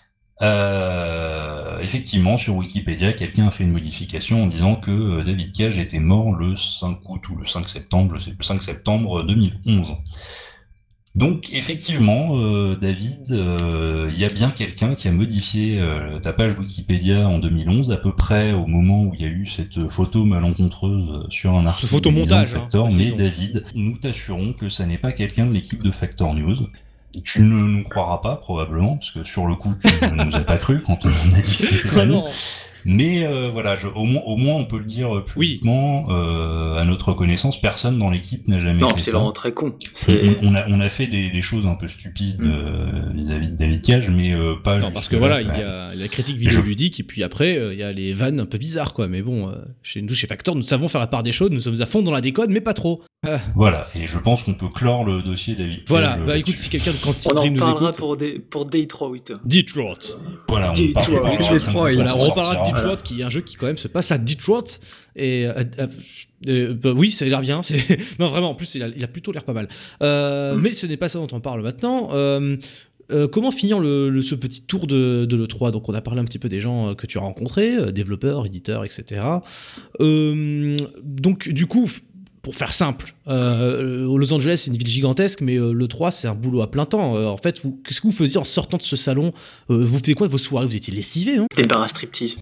Euh, effectivement, sur Wikipédia, quelqu'un a fait une modification en disant que euh, David Cage était mort le cinq août ou le cinq septembre, je sais, le cinq septembre deux mille onze. Donc effectivement, euh, David, il euh, y a bien quelqu'un qui a modifié euh, ta page Wikipédia en deux mille onze, à peu près au moment où il y a eu cette photo malencontreuse sur un article photomontage, de Factor, hein, mais précisons. David, nous t'assurons que ça n'est pas quelqu'un de l'équipe de Factor News. Tu ne nous croiras pas probablement, parce que sur le coup, tu ne nous as pas cru quand on a dit que c'était Ah pas nous. non. Mais euh, voilà, je, au, moins, au moins on peut le dire publiquement, euh, à notre connaissance, personne dans l'équipe n'a jamais Non, fait c'est ça. vraiment très con. On, C'est. on a, on a fait des, des choses un peu stupides euh, vis-à-vis de David Cage, mais euh, pas Non, jusque parce que voilà, il y a la critique vidéoludique et puis après, euh, il y a les vannes un peu bizarres, quoi. Mais bon, euh, chez nous, chez Factor, nous savons faire la part des choses, nous sommes à fond dans la déconne, mais pas trop. Ah, Voilà, et je pense qu'on peut clore le dossier David Cage. voilà, euh, bah écoute, là-dessus. si quelqu'un de Quantic On en Dream nous parlera écoute... pour, des, pour Detroit. Detroit. Voilà, on Detroit. parle- on parlera Detroit, de Voilà, quand on ça reparlera de sortira. Detroit, qui est un jeu qui quand même se passe à Detroit. Et euh, euh, euh, bah oui, ça a l'air bien. C'est... non, vraiment, en plus, il a, il a plutôt l'air pas mal. Euh, Mm. Mais ce n'est pas ça dont on parle maintenant. Euh, euh, comment finir le, le- ce petit tour de, de l'E trois? Donc, on a parlé un petit peu des gens euh, que tu as rencontrés, euh, développeurs, éditeurs, et cetera. Euh, donc, du coup, f- pour faire simple, euh, Los Angeles c'est une ville gigantesque, mais euh, le trois c'est un boulot à plein temps. Euh, en fait, vous, qu'est-ce que vous faisiez en sortant de ce salon? euh, Vous faisiez quoi de vos soirées? Vous étiez lessivé, hein? Des bars à striptease.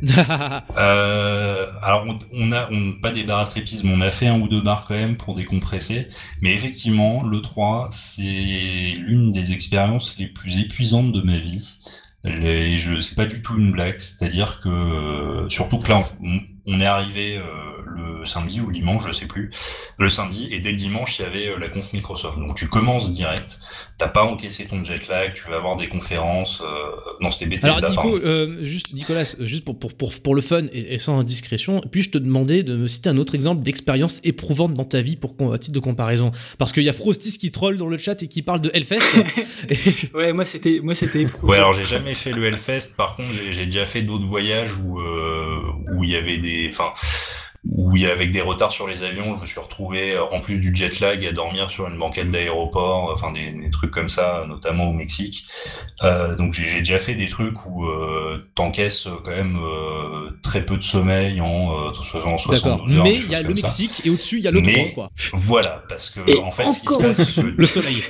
Euh, alors on, on a on, pas des bars à striptease, mais on a fait un ou deux bars quand même pour décompresser. Mais effectivement, le trois, c'est l'une des expériences les plus épuisantes de ma vie. Les, je, c'est pas du tout une blague, c'est-à-dire que euh, surtout que là on, on est arrivé euh, le samedi ou le dimanche, je sais plus, le samedi, et dès le dimanche il y avait euh, la conf Microsoft. Donc tu commences direct, t'as pas encaissé ton jet lag, tu vas avoir des conférences. Euh, non, c'était B T S. Alors Nico, euh, juste Nicolas, juste pour pour pour pour le fun et, et sans indiscrétion, puis-je te demander de me citer un autre exemple d'expérience éprouvante dans ta vie pour à titre de comparaison, parce qu'il y a Frostis qui troll dans le chat et qui parle de Hellfest. et... Ouais, moi c'était moi c'était éprouvant. Ouais, alors j'ai jamais fait le Hellfest, par contre j'ai, j'ai déjà fait d'autres voyages où euh, où il y avait des, enfin où il y avait avec des retards sur les avions, je me suis retrouvé en plus du jet lag à dormir sur une banquette d'aéroport, enfin des, des trucs comme ça, notamment au Mexique. Euh, donc j'ai, j'ai déjà fait des trucs où euh, t'encaisses quand même euh, très peu de sommeil en euh, soixante-douze heures. Mais il y a le Mexique ça. Et au-dessus il y a le trois, quoi. Voilà, parce que et en fait ce qui se passe, le, le soleil.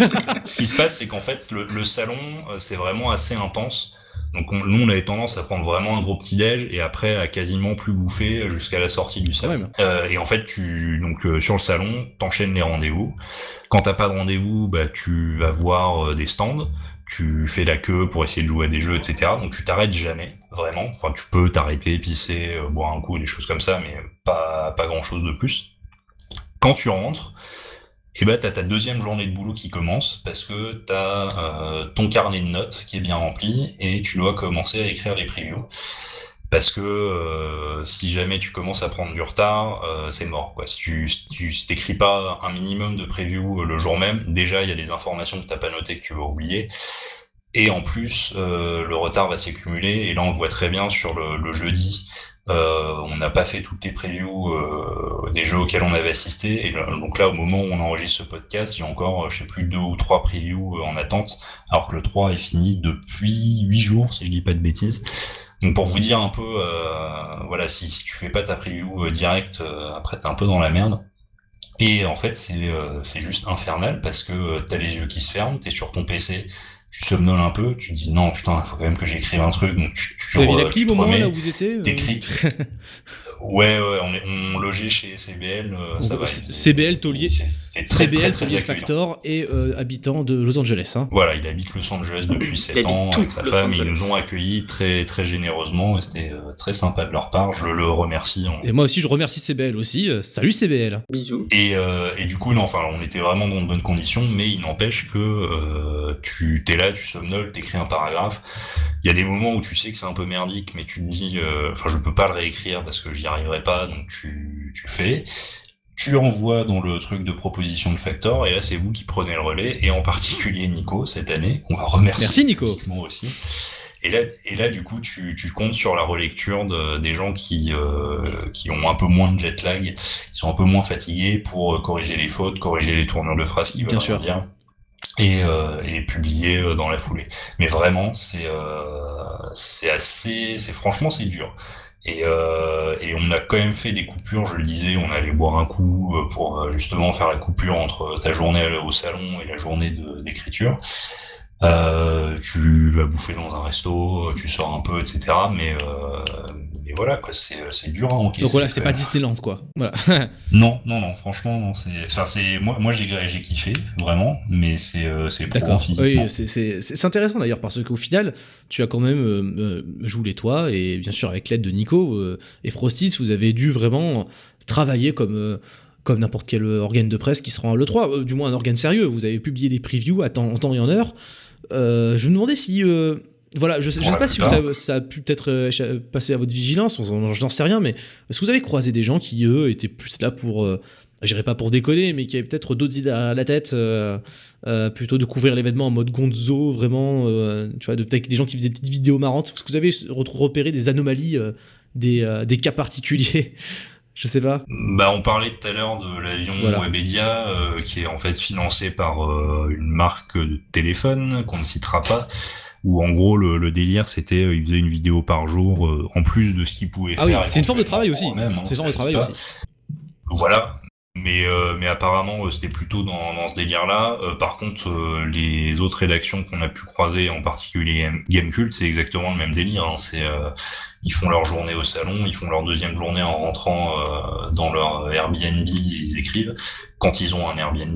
Ce qui se passe, c'est qu'en fait le, le salon c'est vraiment assez intense. Donc on, nous on avait tendance à prendre vraiment un gros petit déj et après à quasiment plus bouffer jusqu'à la sortie du salon. Ouais, euh, et en fait tu donc euh, sur le salon t'enchaînes les rendez-vous. Quand t'as pas de rendez-vous, bah tu vas voir euh, des stands, tu fais la queue pour essayer de jouer à des jeux, et cetera. Donc tu t'arrêtes jamais vraiment. Enfin tu peux t'arrêter, pisser, euh, boire un coup, des choses comme ça, mais pas pas grand chose de plus. Quand tu rentres, et bah t'as ta deuxième journée de boulot qui commence parce que t'as euh, ton carnet de notes qui est bien rempli et tu dois commencer à écrire les previews parce que euh, si jamais tu commences à prendre du retard, euh, c'est mort quoi. Si tu si tu si t'écris pas un minimum de previews le jour même, déjà il y a des informations que t'as pas notées que tu vas oublier. Et en plus, euh, le retard va s'accumuler et là on le voit très bien sur le, le jeudi. Euh, on n'a pas fait toutes les previews euh, des jeux auxquels on avait assisté et là, donc là au moment où on enregistre ce podcast j'ai encore je sais plus deux ou trois previews euh, en attente alors que le trois est fini depuis huit jours si je dis pas de bêtises. Donc pour vous dire un peu euh, voilà si, si tu fais pas ta preview euh, direct euh, après t'es un peu dans la merde et en fait c'est euh, c'est juste infernal parce que euh, t'as les yeux qui se ferment, t'es sur ton P C, tu somnoles un peu, tu te dis non putain, faut quand même que j'écrive un truc, donc tu, tu, tu re, tu te remets, là où vous étiez, euh... t'écris. Ouais, ouais, on, est, on logeait chez C B L, euh, ça va. C B L Taulier, c'est C B L Taulier Factor et euh, habitant de Los Angeles. Hein. Voilà, il habite Los Angeles depuis sept ans avec sa femme, et ils nous ont accueillis très très généreusement et c'était euh, très sympa de leur part. Je le remercie. En... Et moi aussi, je remercie C B L aussi. Euh, salut C B L. Bisous. Et euh, et du coup, non, enfin, on était vraiment dans de bonnes conditions, mais il n'empêche que euh, tu t'es là, tu somnoles, t'écris un paragraphe. Il y a des moments où tu sais que c'est un peu merdique, mais tu te dis, enfin, euh, je peux pas le réécrire parce que j'y arriverai pas, donc tu, tu fais, tu envoies dans le truc de proposition de Factor, et là c'est vous qui prenez le relais, et en particulier Nico cette année, qu'on va remercier. Merci Nico. Aussi. Et là, et là du coup tu, tu comptes sur la relecture de, des gens qui, euh, qui ont un peu moins de jet lag, qui sont un peu moins fatigués pour corriger les fautes, corriger les tournures de phrases qui veulent rien dire. Et, euh, et publié euh, dans la foulée. Mais vraiment, c'est euh, c'est assez, c'est franchement c'est dur. Et, euh, et on a quand même fait des coupures, je le disais, on allait boire un coup pour justement faire la coupure entre ta journée au salon et la journée de, d'écriture. Euh, tu vas bouffer dans un resto, tu sors un peu, et cetera. Mais, euh, mais voilà, quoi, c'est, c'est dur à encaisser. Donc voilà, c'est pas Disneyland, quoi. Voilà. non, non, non, franchement, non, c'est, enfin, c'est, moi, moi, j'ai, j'ai kiffé, vraiment, mais c'est, c'est D'accord. Oui, c'est, c'est, c'est intéressant d'ailleurs, parce qu'au final, tu as quand même euh, joué toi, et bien sûr, avec l'aide de Nico euh, et Frostis, vous avez dû vraiment travailler comme. Euh, comme n'importe quel organe de presse qui se rend à l'E trois, euh, du moins un organe sérieux. Vous avez publié des previews à temps, en temps et en heure. Euh, je me demandais si... Euh, voilà, je, je sais pas si vous avez, ça a pu peut-être euh, passer à votre vigilance, je n'en sais rien, mais est-ce que vous avez croisé des gens qui, eux, étaient plus là pour... Euh, je dirais pas pour déconner, mais qui avaient peut-être d'autres idées à la tête, euh, euh, plutôt de couvrir l'événement en mode gonzo, vraiment, euh, tu vois, de, peut-être des gens qui faisaient des petites vidéos marrantes. Est-ce que vous avez repéré des anomalies, euh, des, euh, des cas particuliers? Je sais pas. Bah, on parlait tout à l'heure de l'avion voilà. Webedia, euh, qui est en fait financé par euh, une marque de téléphone qu'on ne citera pas, où en gros le, le délire c'était euh, il faisait une vidéo par jour euh, en plus de ce qu'il pouvait ah faire. Ah oui, c'est une forme de travail aussi. Même, hein, c'est une forme de travail aussi. Voilà. Mais, euh, mais apparemment, euh, c'était plutôt dans, dans ce délire-là. Euh, par contre, euh, les autres rédactions qu'on a pu croiser, en particulier Game- Gamecult, c'est exactement le même délire. Hein. C'est, euh, ils font leur journée au salon, ils font leur deuxième journée en rentrant euh, dans leur Airbnb, et ils écrivent quand ils ont un Airbnb.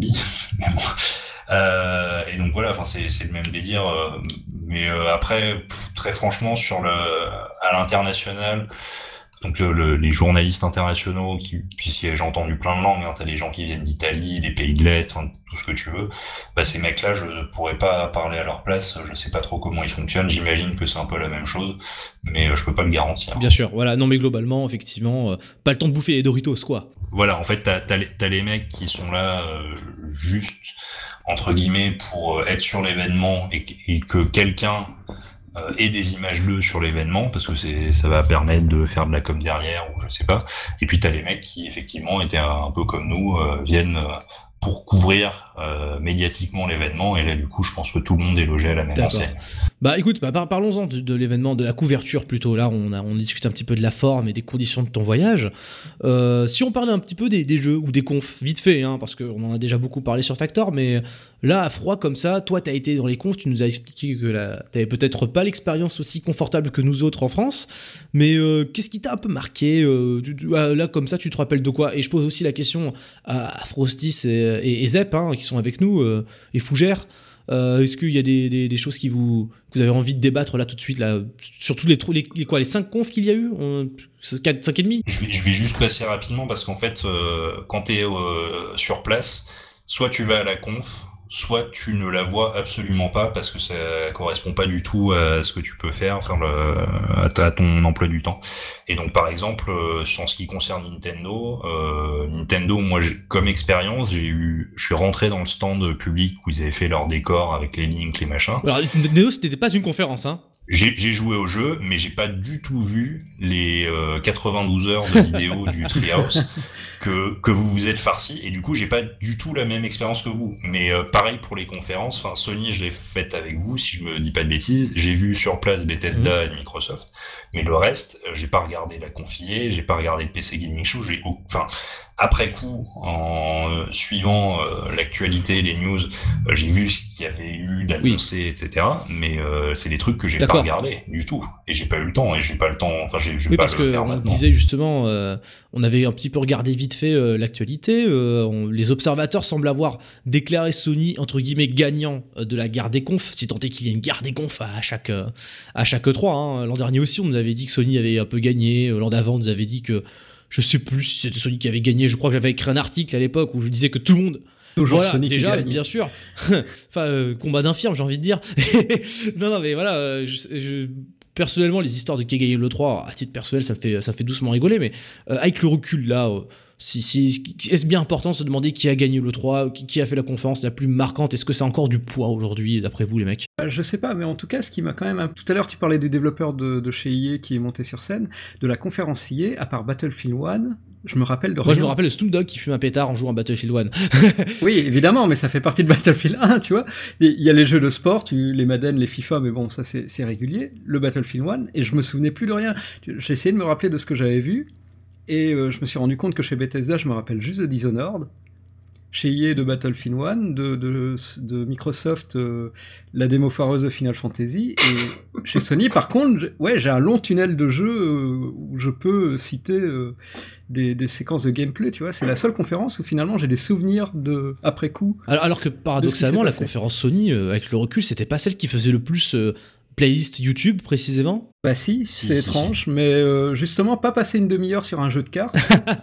euh, et donc voilà, enfin c'est, c'est le même délire. Euh, mais euh, après, pff, très franchement, sur le à l'international. Donc le, le, les journalistes internationaux, qui, puisque j'ai entendu plein de langues, hein, t'as des gens qui viennent d'Italie, des pays de l'Est, enfin tout ce que tu veux, bah ces mecs-là, je pourrais pas parler à leur place, je sais pas trop comment ils fonctionnent, j'imagine que c'est un peu la même chose, mais euh, je peux pas le garantir. Bien sûr, voilà, non mais globalement, effectivement, euh, pas le temps de bouffer les Doritos, quoi. Voilà, en fait, t'as, t'as, les, t'as les mecs qui sont là euh, juste, entre guillemets, pour euh, être sur l'événement et, et que quelqu'un euh, ait des images d'eux sur l'événement, parce que c'est ça va permettre de faire de la com derrière, ou je sais pas. Et puis t'as les mecs qui, effectivement, étaient un, un peu comme nous, euh, viennent... Euh, pour couvrir euh, médiatiquement l'événement, et là du coup je pense que tout le monde est logé à la même D'accord. enseigne. Bah écoute, bah, par- parlons-en de, de l'événement, de la couverture plutôt. Là, on, a, on discute un petit peu de la forme et des conditions de ton voyage. Euh, si on parlait un petit peu des, des jeux ou des confs, vite fait, hein, parce qu'on en a déjà beaucoup parlé sur Factor, mais là, à froid comme ça, toi, t'as été dans les confs, tu nous as expliqué que la, t'avais peut-être pas l'expérience aussi confortable que nous autres en France, mais euh, qu'est-ce qui t'a un peu marqué euh, tu- tu- ah, là, comme ça, tu te rappelles de quoi? Et je pose aussi la question à, à Frostis et, et, et Zep, hein, qui sont avec nous, euh, et Fougère. Euh, est-ce qu'il y a des, des, des choses qui vous, que vous avez envie de débattre là tout de suite là, sur tous les, trous- les, les quoi, les cinq confs qu'il y a eu, quatre, cinq et demi? Je vais, je vais juste passer rapidement parce qu'en fait, euh, quand t'es euh, sur place, soit tu vas à la conf, soit tu ne la vois absolument pas parce que ça correspond pas du tout à ce que tu peux faire, enfin le, à, ta, à ton emploi du temps. Et donc par exemple, euh, en ce qui concerne Nintendo, euh, Nintendo, moi j'ai- comme expérience, j'ai eu, je suis rentré dans le stand public où ils avaient fait leur décor avec les links, les machins. Alors Nintendo, c'était pas une conférence, hein. J'ai, j'ai joué au jeu, mais j'ai pas du tout vu les euh, quatre-vingt-douze heures de vidéo du Treehouse que que vous vous êtes farci, et du coup j'ai pas du tout la même expérience que vous. Mais euh, pareil pour les conférences. Enfin, Sony, je l'ai faite avec vous, si je me dis pas de bêtises. J'ai vu sur place Bethesda et Microsoft, mais le reste, euh, j'ai pas regardé la confiée, j'ai pas regardé le P C Gaming Show. J'ai, enfin, après coup, en euh, suivant euh, l'actualité, les news, euh, j'ai vu ce qu'il y avait eu d'annoncé, et cetera. Mais euh, c'est des trucs que j'ai D'accord. pas regardé du tout, et j'ai pas eu le temps, et j'ai pas le temps. Enfin, j'ai, je vais Oui, pas parce le que faire on maintenant. disait justement, euh, on avait un petit peu regardé vite fait euh, l'actualité. Euh, on- les observateurs semblent avoir déclaré Sony entre guillemets gagnant euh, de la guerre des confs, si tant est qu'il y ait une guerre des confs à chaque euh, à chaque E trois. Hein. L'an dernier aussi, on nous avait dit que Sony avait un peu gagné. Euh, L'an d'avant, on nous avait dit que je sais plus si c'était Sony qui avait gagné. Je crois que j'avais écrit un article à l'époque où je disais que tout le monde. Toujours Voilà, Sony qui déjà, gagne. bien sûr. Enfin, euh, combat d'infirme, j'ai envie de dire. non, non, mais voilà, euh, je, je- personnellement, les histoires de qui a gagné le trois, à titre personnel, ça me fait, ça me fait doucement rigoler, mais euh, avec le recul, là, euh, si, si, est-ce bien important de se demander qui a gagné le trois, qui, qui a fait la conférence la plus marquante? Est-ce que c'est encore du poids aujourd'hui, d'après vous, les mecs? Euh, Je sais pas, mais en tout cas, ce qui m'a quand même... Tout à l'heure, tu parlais du développeur de, de chez I A qui est monté sur scène, de la conférence I A, à part Battlefield un, je me rappelle de Moi, rien. je me rappelle le Snoop Dogg qui fume un pétard en jouant à Battlefield un. Oui, évidemment, mais ça fait partie de Battlefield un, tu vois. Il y a les jeux de sport, tu, les Madden, les FIFA, mais bon, ça c'est c'est régulier. Le Battlefield un, et je me souvenais plus de rien. J'ai essayé de me rappeler de ce que j'avais vu, et euh, je me suis rendu compte que chez Bethesda, je me rappelle juste de Dishonored. Chez I A de Battlefield un, de, de, de Microsoft, euh, la démo foireuse de Final Fantasy, et chez Sony, par contre, j'ai- ouais, j'ai un long tunnel de jeux euh, où je peux citer euh, des, des séquences de gameplay, tu vois. C'est la seule conférence où finalement j'ai des souvenirs de après coup. Alors, alors que paradoxalement, s'est la passé. conférence Sony, euh, avec le recul, c'était pas celle qui faisait le plus euh, playlist YouTube, précisément. Bah si, Si, c'est si, étrange, mais euh, justement, pas passer une demi-heure sur un jeu de cartes,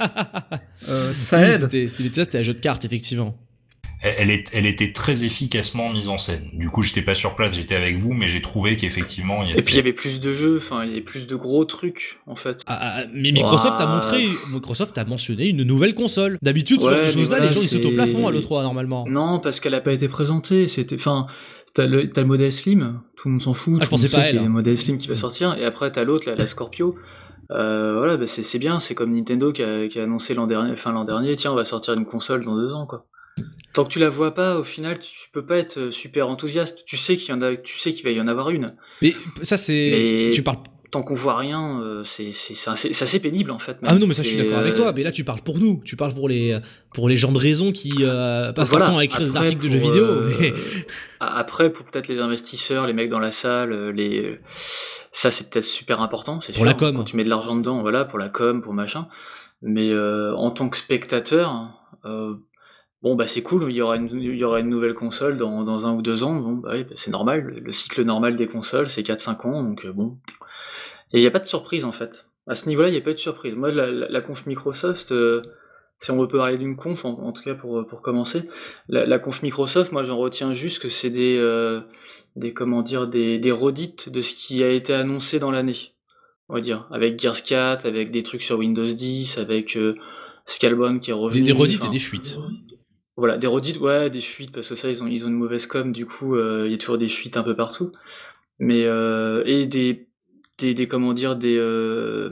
euh, ça Oui, aide. C'était c'était- ça, c'était un jeu de cartes, effectivement. Elle, elle, est, elle était très efficacement mise en scène. Du coup, j'étais pas sur place, j'étais avec vous, mais j'ai trouvé qu'effectivement, il y Et puis il y avait plus de jeux, enfin il y avait plus de gros trucs en fait. Ah, ah, mais Microsoft a Ouah. montré, Microsoft a mentionné une nouvelle console. D'habitude, ce Ouais, genre de mais choses-là, voilà, les gens ils sautent au c'est- plafond à l'E trois normalement. Non, parce qu'elle a pas été présentée. C'était, enfin, t'as le, t'as le modèle Slim, tout le monde s'en fout. Ah, je tout le monde pensais sait pas à qu'il y elle, a hein. le modèle Slim qui va sortir. Et après t'as l'autre, là, la Scorpio. Euh, voilà, bah c'est c'est bien. C'est comme Nintendo qui a, qui a annoncé l'an dernier, enfin l'an dernier, tiens, on va sortir une console dans deux ans, quoi. Tant que tu la vois pas, au final, tu, tu peux pas être super enthousiaste. Tu sais qu'il y en a, tu sais qu'il va y en avoir une. Mais ça, c'est. Mais- Tu parles tant qu'on voit rien, euh, c'est, c'est, c'est, assez, c'est assez pénible en fait. Même. Ah non, mais ça, je suis Et, d'accord avec euh, toi. Mais là, tu parles pour nous. Tu parles pour les, pour les gens de raison qui euh, passent voilà. leur temps à écrire Après, des articles de pour, jeux vidéo. euh, Mais... Après, pour peut-être les investisseurs, les mecs dans la salle, les... ça c'est peut-être super important, c'est Pour sûr. la com. Quand tu mets de l'argent dedans, voilà, pour la com, pour machin. Mais euh, en tant que spectateur, euh, bon bah c'est cool, il y aura une, il y aura une nouvelle console dans, dans un ou deux ans. Bon bah oui, bah, c'est normal. Le cycle normal des consoles, c'est quatre cinq ans, donc euh, bon. Et il n'y a pas de surprise en fait. À ce niveau-là, il n'y a pas de surprise. Moi, la, la, la conf Microsoft, euh, si on peut parler d'une conf, en, en tout cas pour, pour commencer, la, la conf Microsoft, moi j'en retiens juste que c'est des, euh, des comment dire, des, des redites de ce qui a été annoncé dans l'année. On va dire, avec Gears quatre, avec des trucs sur Windows dix, avec euh, Scalebound qui est revenu. Des, des redites enfin, et des fuites. Voilà, des redites, ouais, des fuites, parce que ça, ils ont, ils ont une mauvaise com, du coup, il euh, y a toujours des fuites un peu partout. Mais, euh, et des, des, des, comment dire, des, euh,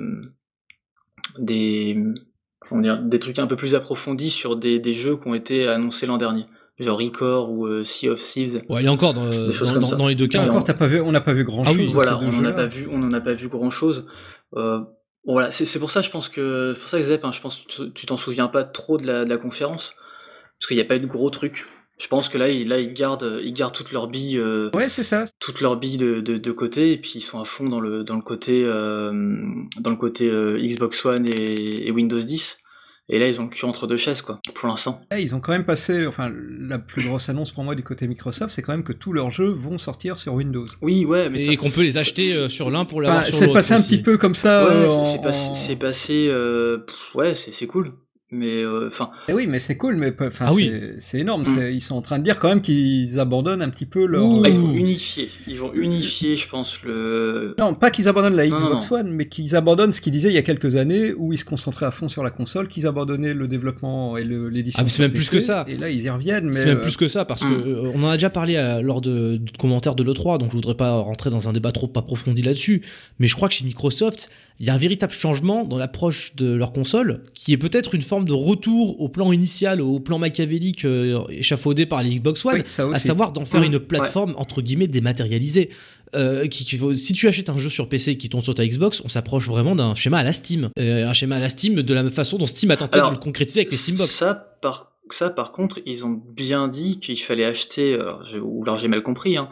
des, comment dire, des trucs un peu plus approfondis sur des, des jeux qui ont été annoncés l'an dernier. Genre Recore ou euh, Sea of Thieves. Ouais, et encore, dans, Des choses dans, comme dans, ça. dans les deux cas. Et Et encore, on- t'as pas vu, on n'a pas vu grand Ah chose. oui, de Voilà, ces deux on en a jeux-là. pas vu, on en a pas vu grand chose. Euh, bon, voilà, c'est, c'est pour ça, je pense que, c'est pour ça que Zep, hein, je pense que tu, tu t'en souviens pas trop de la, de la conférence, parce qu'il n'y a pas eu de gros trucs. Je pense que là, ils, là, ils gardent, ils gardent toutes leurs billes, euh, Ouais, c'est ça. toutes leurs billes de, de, de côté, et puis ils sont à fond dans le, dans le côté, euh, dans le côté euh, Xbox One et, et Windows dix. Et là, ils ont le cul entre deux chaises, quoi, pour l'instant. Là, ils ont quand même passé, enfin, la plus grosse annonce pour moi du côté Microsoft, c'est quand même que tous leurs jeux vont sortir sur Windows. Oui, ouais, mais Et ça, qu'on peut les c'est- acheter c'est- euh, sur l'un pour l'avoir Enfin, sur c'est l'autre. passé un aussi. petit peu comme ça. ouais, euh, c'est, en- c'est passé, en- c'est passé, euh, pff, ouais, c'est, c'est cool. Mais, enfin, Eh oui, mais c'est cool, mais peu- enfin, Ah oui. c'est, c'est énorme. Mm. C'est- ils sont en train de dire quand même qu'ils abandonnent un petit peu leur. Ouh. ah, ils vont unifier, ils vont unifier, je pense, le, Non, pas qu'ils abandonnent la Non, non, Xbox One, mais qu'ils abandonnent ce qu'ils disaient il y a quelques années, où ils se concentraient à fond sur la console, qu'ils abandonnaient le développement et le, l'édition. Ah, mais c'est sur même plus P C, que ça. Et là, ils y reviennent. Mais C'est même euh, plus que ça, parce que Mm. euh, on en a déjà parlé à- lors de, de commentaires de l'E trois, donc je voudrais pas rentrer dans un débat trop approfondi là-dessus, mais je crois que chez Microsoft, il y a un véritable changement dans l'approche de leur console, qui est peut-être une forme de retour au plan initial, au plan machiavélique euh, échafaudé par les Xbox One, oui, ça à aussi. savoir d'en faire Mm. une plateforme entre guillemets dématérialisée. Euh, qui, qui faut- si tu achètes un jeu sur P C qui tourne sur ta Xbox, on s'approche vraiment d'un schéma à la Steam, Euh, un schéma à la Steam de la même façon dont Steam a tenté Alors, de le concrétiser avec les Steambox. Ça, par, ça, par contre, ils ont bien dit qu'il fallait acheter, alors, j'ai- ou alors j'ai mal compris, hein,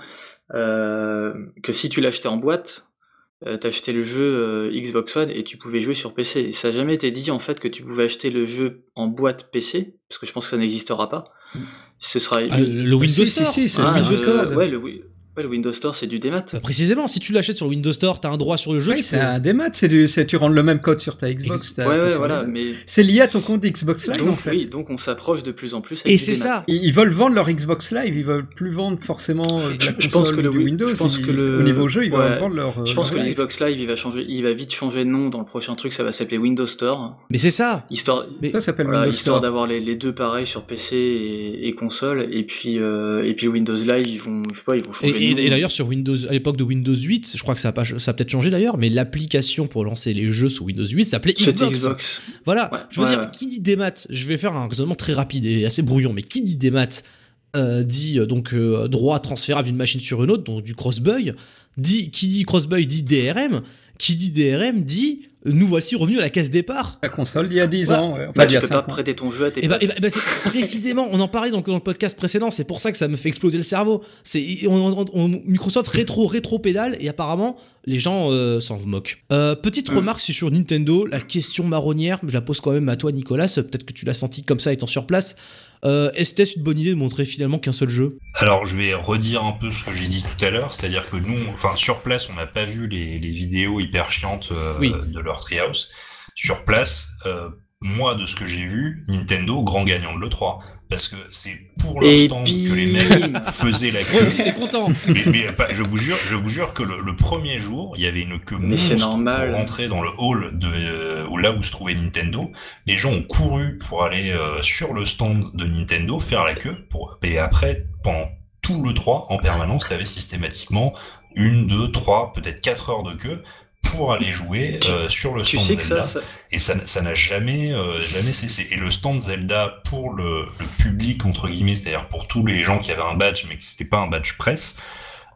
euh, que si tu l'achetais en boîte, euh, t'achetais le jeu euh, Xbox One et tu pouvais jouer sur P C. Et ça n'a jamais été dit en fait que tu pouvais acheter le jeu en boîte P C, parce que je pense que ça n'existera pas. Ce sera Ah, le Windows si, si, Store. si, c'est Ah, le Ah, Windows je- Store. ouais, le, Wi- ouais, le Windows Store, c'est du démat. Bah, précisément, si tu l'achètes sur le Windows Store, t'as un droit sur le jeu. Oui, tu c'est peux- un démat, c'est du, c'est, tu rentres le même code sur ta Xbox. Ex- t'as- Ouais, t'as ouais, sur voilà, les deux. mais C'est lié à ton compte Xbox Live, donc, en fait. oui, donc on s'approche de plus en plus avec Et du c'est démat. ça. Ils, ils veulent vendre leur Xbox Live, ils veulent plus vendre forcément euh, de la Je- je console pense que le ou du Wi- Windows. je pense ils- que le- Au niveau jeu, ils veulent ouais. vendre leur. euh, Je pense leur que live. l'Xbox Live, il va changer, il va vite changer de nom dans le prochain truc, ça va s'appeler Windows Store, Mais c'est ça. histoire, Mais Ça s'appelle voilà, Windows histoire Store. d'avoir les, les deux pareils sur P C et, et console, et puis euh, et puis le Windows Live, ils vont, je sais pas, ils vont Et, changer et- de nom. et d'ailleurs sur Windows, à l'époque de Windows huit, je crois que ça a, pas, ça a peut-être changé d'ailleurs, mais l'application pour lancer les jeux sous Windows huit s'appelait C'était Xbox. Xbox. Voilà. Ouais, je veux ouais, dire, ouais. qui dit démat, je vais faire un raisonnement très rapide et assez brouillon, mais qui dit démat euh, dit euh, donc euh, droit transférable d'une machine sur une autre, donc du cross-buy. Dit, qui dit cross-buy dit D R M. Qui dit D R M dit euh, nous voici revenus à la case départ. La console d'il y a dix Ouais. ans. ouais. Enfin, Bah, d'il y tu a peux pas cinq ans. prêter ton jeu à tes Et bah, potes. et bah- et bah, c'est précisément, on en parlait donc dans le podcast précédent, c'est pour ça que ça me fait exploser le cerveau. C'est on- on- on- Microsoft rétro rétro pédale et apparemment les gens euh, s'en moquent. Euh, petite Mm. remarque sur Nintendo, la question marronnière, je la pose quand même à toi Nicolas, peut-être que tu l'as senti comme ça étant sur place. Euh, Est-ce une bonne idée de montrer finalement qu'un seul jeu? Alors, je vais redire un peu ce que j'ai dit tout à l'heure, c'est-à-dire que nous, enfin, sur place, on n'a pas vu les, les vidéos hyper chiantes euh, Oui. de leur Treehouse. Sur place, euh, moi, de ce que j'ai vu, Nintendo, grand gagnant de l'E trois. Parce que c'est pour leur Et stand bim. que les mecs faisaient la Moi queue. aussi c'est content. Mais, mais pas- je vous jure, je vous jure que le, le premier jour, il y avait une queue Mais c'est monstre normal. pour rentrer dans le hall de euh, où- là où se trouvait Nintendo. Les gens ont couru pour aller euh, sur le stand de Nintendo faire la queue. Pour et après, pendant tout le trois, en permanence, t'avais systématiquement une, deux, trois, peut-être quatre heures de queue pour aller jouer euh, sur le Tu stand sais que Zelda. ça, ça- Et ça, ça n'a jamais, euh, jamais cessé. Et le stand Zelda pour le, le public entre guillemets, c'est-à-dire pour tous les gens qui avaient un badge mais que c'était pas un badge presse,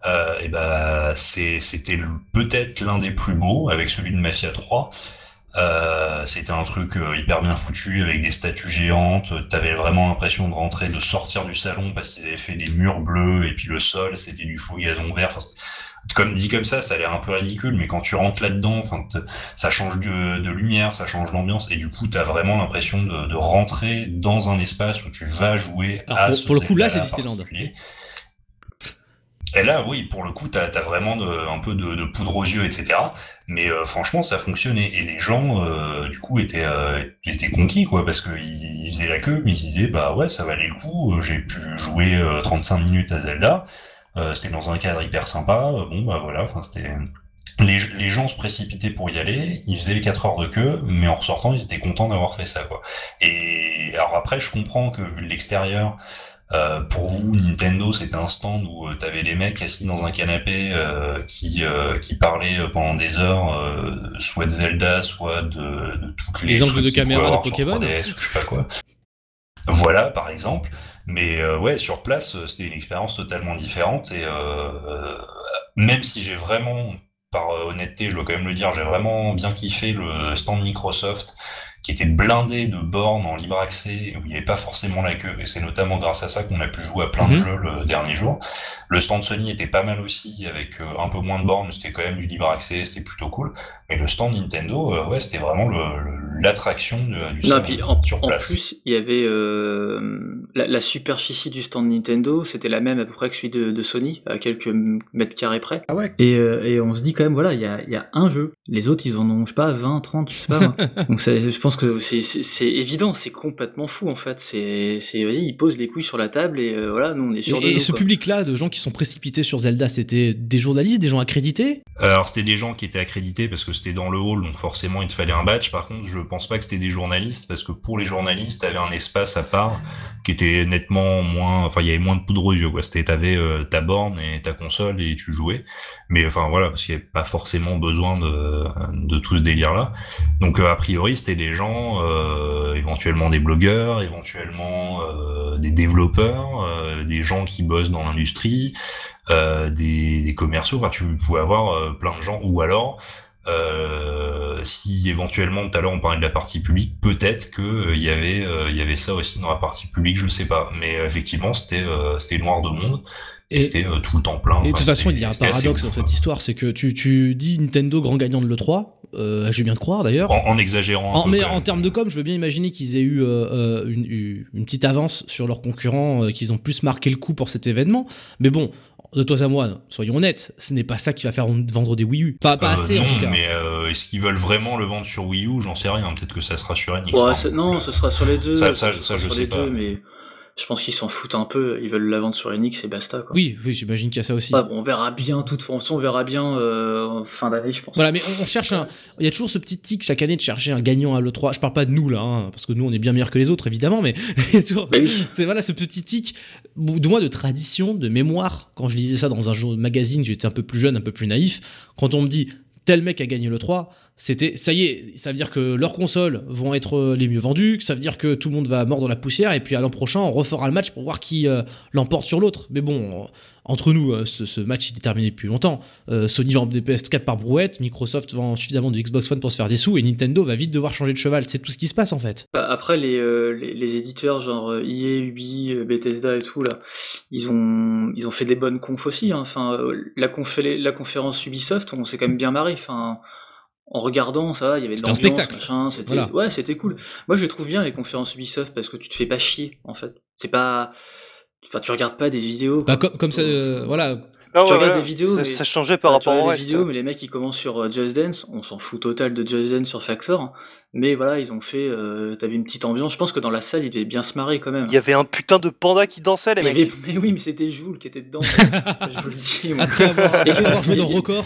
Euh, et bah c'est c'était le- peut-être l'un des plus beaux avec celui de Mafia trois. Euh, c'était un truc euh, hyper bien foutu avec des statues géantes. T'avais vraiment l'impression de rentrer, de sortir du salon parce qu'ils avaient fait des murs bleus et puis le sol c'était du faux gazon vert. Enfin, c'était- comme dit comme ça, ça a l'air un peu ridicule, mais quand tu rentres là-dedans, enfin, te- ça change de, de lumière, ça change l'ambiance et du coup t'as vraiment l'impression de, de rentrer dans un espace où tu vas jouer Alors, à pour, ce pour le coup, là, c'est Zelda-là Disneyland. particulier. Et là, oui, pour le coup, t'as as vraiment de, un peu de, de poudre aux yeux, et cetera. Mais euh, franchement, ça fonctionnait. Et les gens, euh, du coup, étaient, euh, étaient conquis, quoi, parce qu'ils ils faisaient la queue, mais ils disaient, bah ouais, ça valait le coup. euh, J'ai pu jouer euh, trente-cinq minutes à Zelda. Euh, c'était dans un cadre hyper sympa. euh, Bon, bah voilà, enfin, c'était... Les, les gens se précipitaient pour y aller, ils faisaient les quatre heures de queue, mais en ressortant, ils étaient contents d'avoir fait ça, quoi. Et alors après, je comprends que vu de l'extérieur, euh, pour vous, Nintendo, c'était un stand où euh, t'avais les mecs assis dans un canapé euh, qui euh, qui parlaient euh, pendant des heures, euh, soit de Zelda, soit de, de toutes les Les angles trucs de qu'ils caméra pouvaient de avoir sur Pokémon. trois D S ou je sais pas quoi. Voilà, par exemple. Mais euh, ouais, sur place, euh, c'était une expérience totalement différente et euh, euh, même si j'ai vraiment, par euh, honnêteté, je dois quand même le dire, j'ai vraiment bien kiffé le stand Microsoft qui était blindé de bornes en libre accès où il n'y avait pas forcément la queue et c'est notamment grâce à ça qu'on a pu jouer à plein de Mhm. jeux le dernier jour. Le stand Sony était pas mal aussi avec euh, un peu moins de bornes, mais c'était quand même du libre accès, c'était plutôt cool. Mais le stand Nintendo, euh, ouais, c'était vraiment le, le- l'attraction de- du Non, salon puis en, sur en place. plus, il y avait euh, la, la superficie du stand Nintendo, c'était la même à peu près que celui de, de Sony, à quelques mètres carrés près. Ah ouais. Et, euh, et on se dit quand même, voilà, il y a, il y a un jeu. Les autres, ils en ont, je sais pas, vingt, trente, je sais pas. moi. Donc c'est- je pense que c'est c'est- c'est évident, c'est complètement fou en fait. C'est, c'est vas-y, ils posent les couilles sur la table et euh, voilà, nous on est sûr de Et, et nous. ce quoi. public-là, de gens qui sont précipités sur Zelda, c'était des journalistes, des gens accrédités? Alors c'était des gens qui étaient accrédités parce que c'était dans le hall, donc forcément il te fallait un badge. Par contre, je pense pas que c'était des journalistes parce que pour les journalistes, t'avais un espace à part qui était nettement moins, enfin il y avait moins de poudre aux yeux, quoi. C'était t'avais euh, ta borne et ta console et tu jouais. Mais enfin voilà, parce qu'il y avait pas forcément besoin de de tout ce délire-là. Donc euh, a priori c'était des gens, euh, éventuellement des blogueurs, éventuellement euh, des développeurs, euh, des gens qui bossent dans l'industrie. Euh, des, des commerciaux, enfin tu pouvais avoir euh, plein de gens, ou alors euh, si éventuellement tout à l'heure on parlait de la partie publique, peut-être que euh, il y avait euh, il y avait ça aussi dans la partie publique, je le sais pas, mais euh, effectivement c'était euh, c'était noir de monde et, Et- c'était euh, tout le temps plein. Et de Enfin, toute façon, c'était- il y a un c'était assez paradoxe ouf, dans quoi. cette histoire, c'est que tu, tu dis Nintendo grand gagnant de l'E trois, euh, je vais bien te croire d'ailleurs. En, en exagérant un En, peu, mais quand en même. termes de com, je veux bien imaginer qu'ils aient eu euh, euh, une, une- une petite avance sur leurs concurrents, euh, qu'ils ont plus marqué le coup pour cet événement. Mais bon, de toi à moi, soyons honnêtes, ce n'est pas ça qui va faire vendre des Wii U. Pas, pas Euh, assez non, en tout cas. mais euh, est-ce qu'ils veulent vraiment le vendre sur Wii U? J'en sais rien. Peut-être que ça sera sur N X. Ouais, Enfin, c'est- donc, non, euh, ce sera sur les deux. ça- ça- ce ça, sera je sur sais les pas, deux, mais- mais je pense qu'ils s'en foutent un peu. Ils veulent la vendre sur Enix et basta quoi. Oui, oui, j'imagine qu'il y a ça aussi. Ouais, bon, on verra bien, toute façon, on verra bien euh, en fin d'année, je pense. Voilà, mais on, on cherche un. Il y a toujours ce petit tic chaque année de chercher un gagnant à l'E trois. Je parle pas de nous là, hein, parce que nous on est bien meilleurs que les autres évidemment, mais il y a toujours- Bah oui. c'est voilà ce petit tic, de moins de tradition, de mémoire. Quand je lisais ça dans un jour- magazine, j'étais un peu plus jeune, un peu plus naïf. Quand on me dit tel mec a gagné l'E trois, c'était ça y est, ça veut dire que leurs consoles vont être euh, les mieux vendues, que ça veut dire que tout le monde va mordre la poussière, et puis à l'an prochain on refera le match pour voir qui euh, l'emporte sur l'autre. Mais bon, euh, entre nous, euh, ce, ce match il est terminé depuis longtemps. Euh, Sony vend des P S quatre par brouette, Microsoft vend suffisamment de Xbox One pour se faire des sous, et Nintendo va vite devoir changer de cheval. C'est tout ce qui se passe en fait. Bah, après, les, euh, les, les éditeurs genre euh, E A, Ubi, euh, Bethesda et tout, là, ils ont, ils ont fait des bonnes confs aussi. Hein. Enfin, euh, la, confé- la conférence Ubisoft, on s'est quand même bien marré. Enfin, en regardant ça, il y avait de C'était un l'ambiance, spectacle. machin, c'était, Voilà. ouais, c'était cool. Moi, je les trouve bien les conférences Ubisoft parce que tu te fais pas chier, en fait. C'est pas, enfin, tu regardes pas des vidéos. Bah, quoi. comme, comme ça, euh, voilà. Non, Tu ouais, regardes ouais, des vidéos, ça, mais- ça changeait par Ouais, tu rapport au regardes des reste. vidéos, mais les mecs ils commencent sur euh, Just Dance, on s'en fout total de Just Dance sur Faxor, hein. Mais voilà, ils ont fait, euh, t'avais une petite ambiance, je pense que dans la salle ils devaient bien se marrer quand même. Il y avait un putain de panda qui dansait, les Il y mecs. avait- Mais oui, mais c'était Joule qui était dedans, je vous le dis. moi. Après avoir, après Et que- avoir joué dans Record.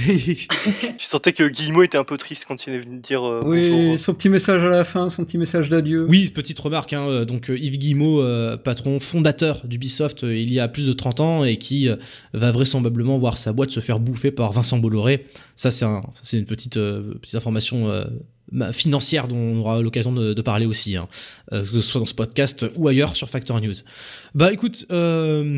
Tu sentais que Guillemot était un peu triste quand il est venu dire euh, Oui, bonjour. son petit message à la fin, son petit message d'adieu. Oui, petite remarque, hein, euh, donc euh, Yves Guillemot, euh, patron fondateur d'Ubisoft euh, il y a plus de trente ans et qui euh, va vraisemblablement voir sa boîte se faire bouffer par Vincent Bolloré. Ça c'est un, ça, c'est une petite, euh, petite information euh, ma- financière dont on aura l'occasion de, de parler aussi, hein, euh, que ce soit dans ce podcast ou ailleurs sur Factor News. Bah écoute, euh,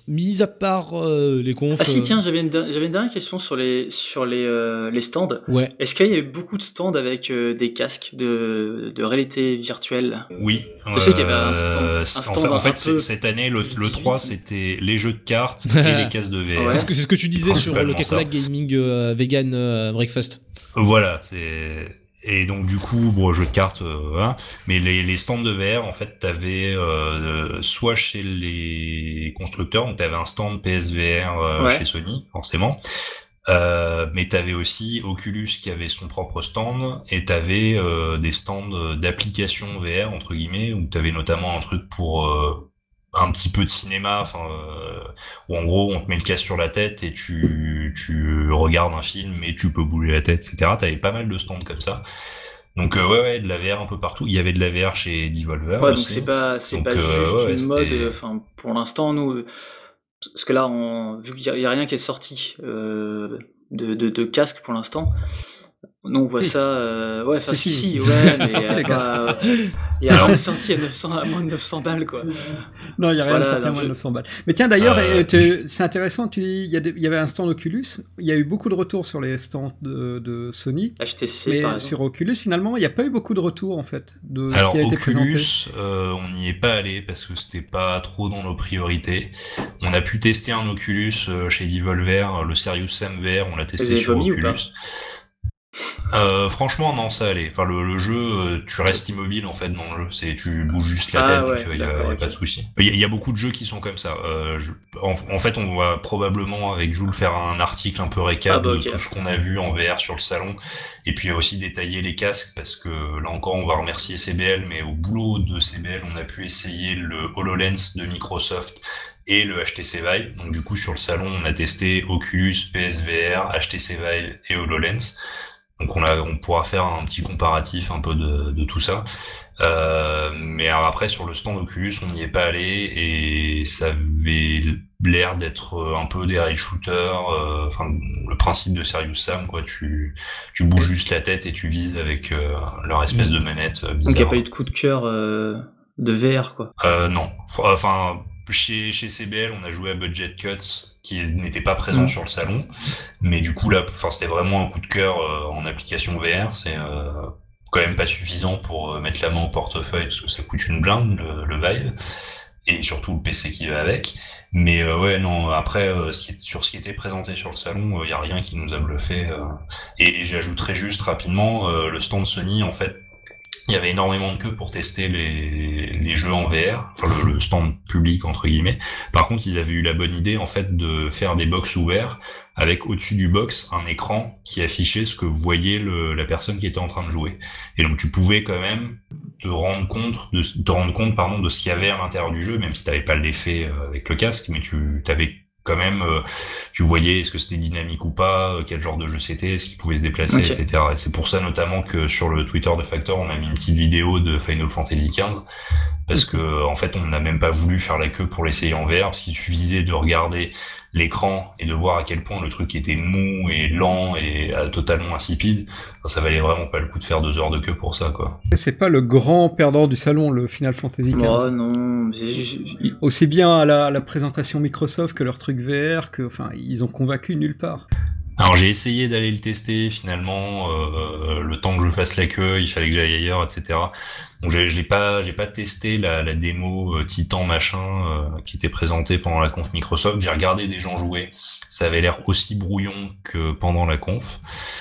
mis à part euh, les confs. Ah si, euh, tiens, j'avais une, der- j'avais une dernière question sur les, sur les, euh, les stands. Ouais. Est-ce qu'il y a eu beaucoup de stands avec euh, des casques de, de réalité virtuelle? Oui. Je sais qu'il y avait un stand- euh, un en stand fait, en un fait, peu c'est- cette année, le, le trois, c'était les jeux de cartes et les cases de V R. Ouais. C'est ce que, c'est ce que tu disais sur le Principalement Kakolak Gaming euh, Vegan euh, Breakfast. Voilà, c'est et donc du coup, bon, jeux de cartes, euh, voilà. Mais les, les stands de V R, en fait, t'avais euh, soit chez les constructeurs, donc t'avais un stand P S V R euh, Ouais. chez Sony, forcément. Euh, mais t'avais aussi Oculus qui avait son propre stand, et t'avais euh, des stands d'applications V R entre guillemets, où t'avais notamment un truc pour euh, un petit peu de cinéma, enfin, euh, où en gros on te met le casque sur la tête et tu tu regardes un film et tu peux bouger la tête, et cetera. T'avais pas mal de stands comme ça. Donc euh, ouais ouais, de la V R un peu partout. Il y avait de la V R chez Devolver. Ouais, donc aussi. c'est pas, c'est Donc, pas euh, juste ouais, une c'était- mode. Enfin, pour l'instant, nous, euh, parce que là, on, vu qu'il y, a- il y a rien qui est sorti euh, de, de, de casque pour l'instant. Nous, on voit Si. ça. Euh, ouais, enfin, Si, si, si. si, ouais, C'est mais sorti, euh, les casques. bah, euh, il y a Alors- rien sorti à neuf cents, à moins de neuf cents balles, quoi. Non, il n'y a rien Voilà, de sorti à alors moins de je- neuf cents balles. Mais tiens, d'ailleurs, Euh, et tu- c'est intéressant, tu dis, il y, a des- il y avait un stand Oculus, il y a eu beaucoup de retours sur les stands de, de Sony, H T C, mais par exemple. sur Oculus, finalement, il n'y a pas eu beaucoup de retours, en fait, de ce Alors qui a été présenté. Oculus, euh, on n'y est pas allé parce que c'était pas trop dans nos priorités. On a pu tester un Oculus euh, chez Devolver, le Serious Sam V R, on l'a Vous testé avez sur vomi ou Oculus. pas Euh, franchement, non, ça allait. Enfin, le, le jeu, euh, tu restes immobile en fait dans le jeu. C'est, tu bouges juste la Ah tête, ouais, donc il y a, d'accord, y a ok. pas de souci. Il y, a- y a beaucoup de jeux qui sont comme ça. Euh, je- en, en fait, on va probablement avec Jules faire un article un peu récap Ah bah, de ok. tout ce qu'on a vu en V R sur le salon, et puis aussi détailler les casques parce que là encore, on va remercier C B L, mais au boulot de C B L, on a pu essayer le HoloLens de Microsoft et le H T C Vive. Donc du coup, sur le salon, on a testé Oculus, P S V R, H T C Vive et HoloLens. Donc on, a, on pourra faire un petit comparatif un peu de, de tout ça. Euh, mais alors après, sur le stand Oculus, on n'y est pas allé et ça avait l'air d'être un peu des rail shooters. euh, Enfin, le principe de Serious Sam, quoi. Tu, tu bouges juste la tête et tu vises avec euh, leur espèce de manette euh, Donc il n'y a bizarre. pas eu de coup de cœur euh, de V R, quoi. Euh, non. Enfin, chez, chez C B L, on a joué à Budget Cuts, qui n'était pas présent Mm. sur le salon. Mais du coup, là, enfin, c'était vraiment un coup de cœur euh, en application V R. C'est euh, quand même pas suffisant pour euh, mettre la main au portefeuille, parce que ça coûte une blinde, le, le Vive. Et surtout le P C qui va avec. Mais euh, ouais, non, après, euh, ce qui est, sur ce qui était présenté sur le salon, il euh, y a rien qui nous a bluffé. Euh, et, et j'ajouterais juste rapidement, euh, le stand Sony, en fait, il y avait énormément de queues pour tester les, les jeux en V R, enfin le, le stand public entre guillemets. Par contre, ils avaient eu la bonne idée en fait de faire des box ouverts avec au-dessus du box un écran qui affichait ce que voyait le, la personne qui était en train de jouer. Et donc tu pouvais quand même te rendre compte de te rendre compte pardon de ce qu'il y avait à l'intérieur du jeu, même si t'avais pas l'effet avec le casque, mais tu t'avais quand même, euh, tu voyais est-ce que c'était dynamique ou pas, quel genre de jeu c'était, est-ce qu'il pouvait se déplacer, Okay. et cetera. Et c'est pour ça notamment que sur le Twitter de Factor, on a mis une petite vidéo de Final Fantasy quinze, parce que en fait, on n'a même pas voulu faire la queue pour l'essayer en V R, parce qu'il suffisait de regarder l'écran et de voir à quel point le truc était mou et lent et euh, totalement insipide. Enfin, ça valait vraiment pas le coup de faire deux heures de queue pour ça, quoi. C'est pas le grand perdant du salon, le Final Fantasy quinze. Oh non, c'est juste... Aussi bien à la, à la présentation Microsoft que leur truc V R, que, enfin, ils ont convaincu nulle part. Alors j'ai essayé d'aller le tester, finalement, euh, le temps que je fasse la queue, il fallait que j'aille ailleurs, et cetera. Donc j'ai, je l'ai pas, j'ai pas testé la, la démo euh, Titan machin euh, qui était présentée pendant la conf Microsoft. J'ai regardé des gens jouer, ça avait l'air aussi brouillon que pendant la conf.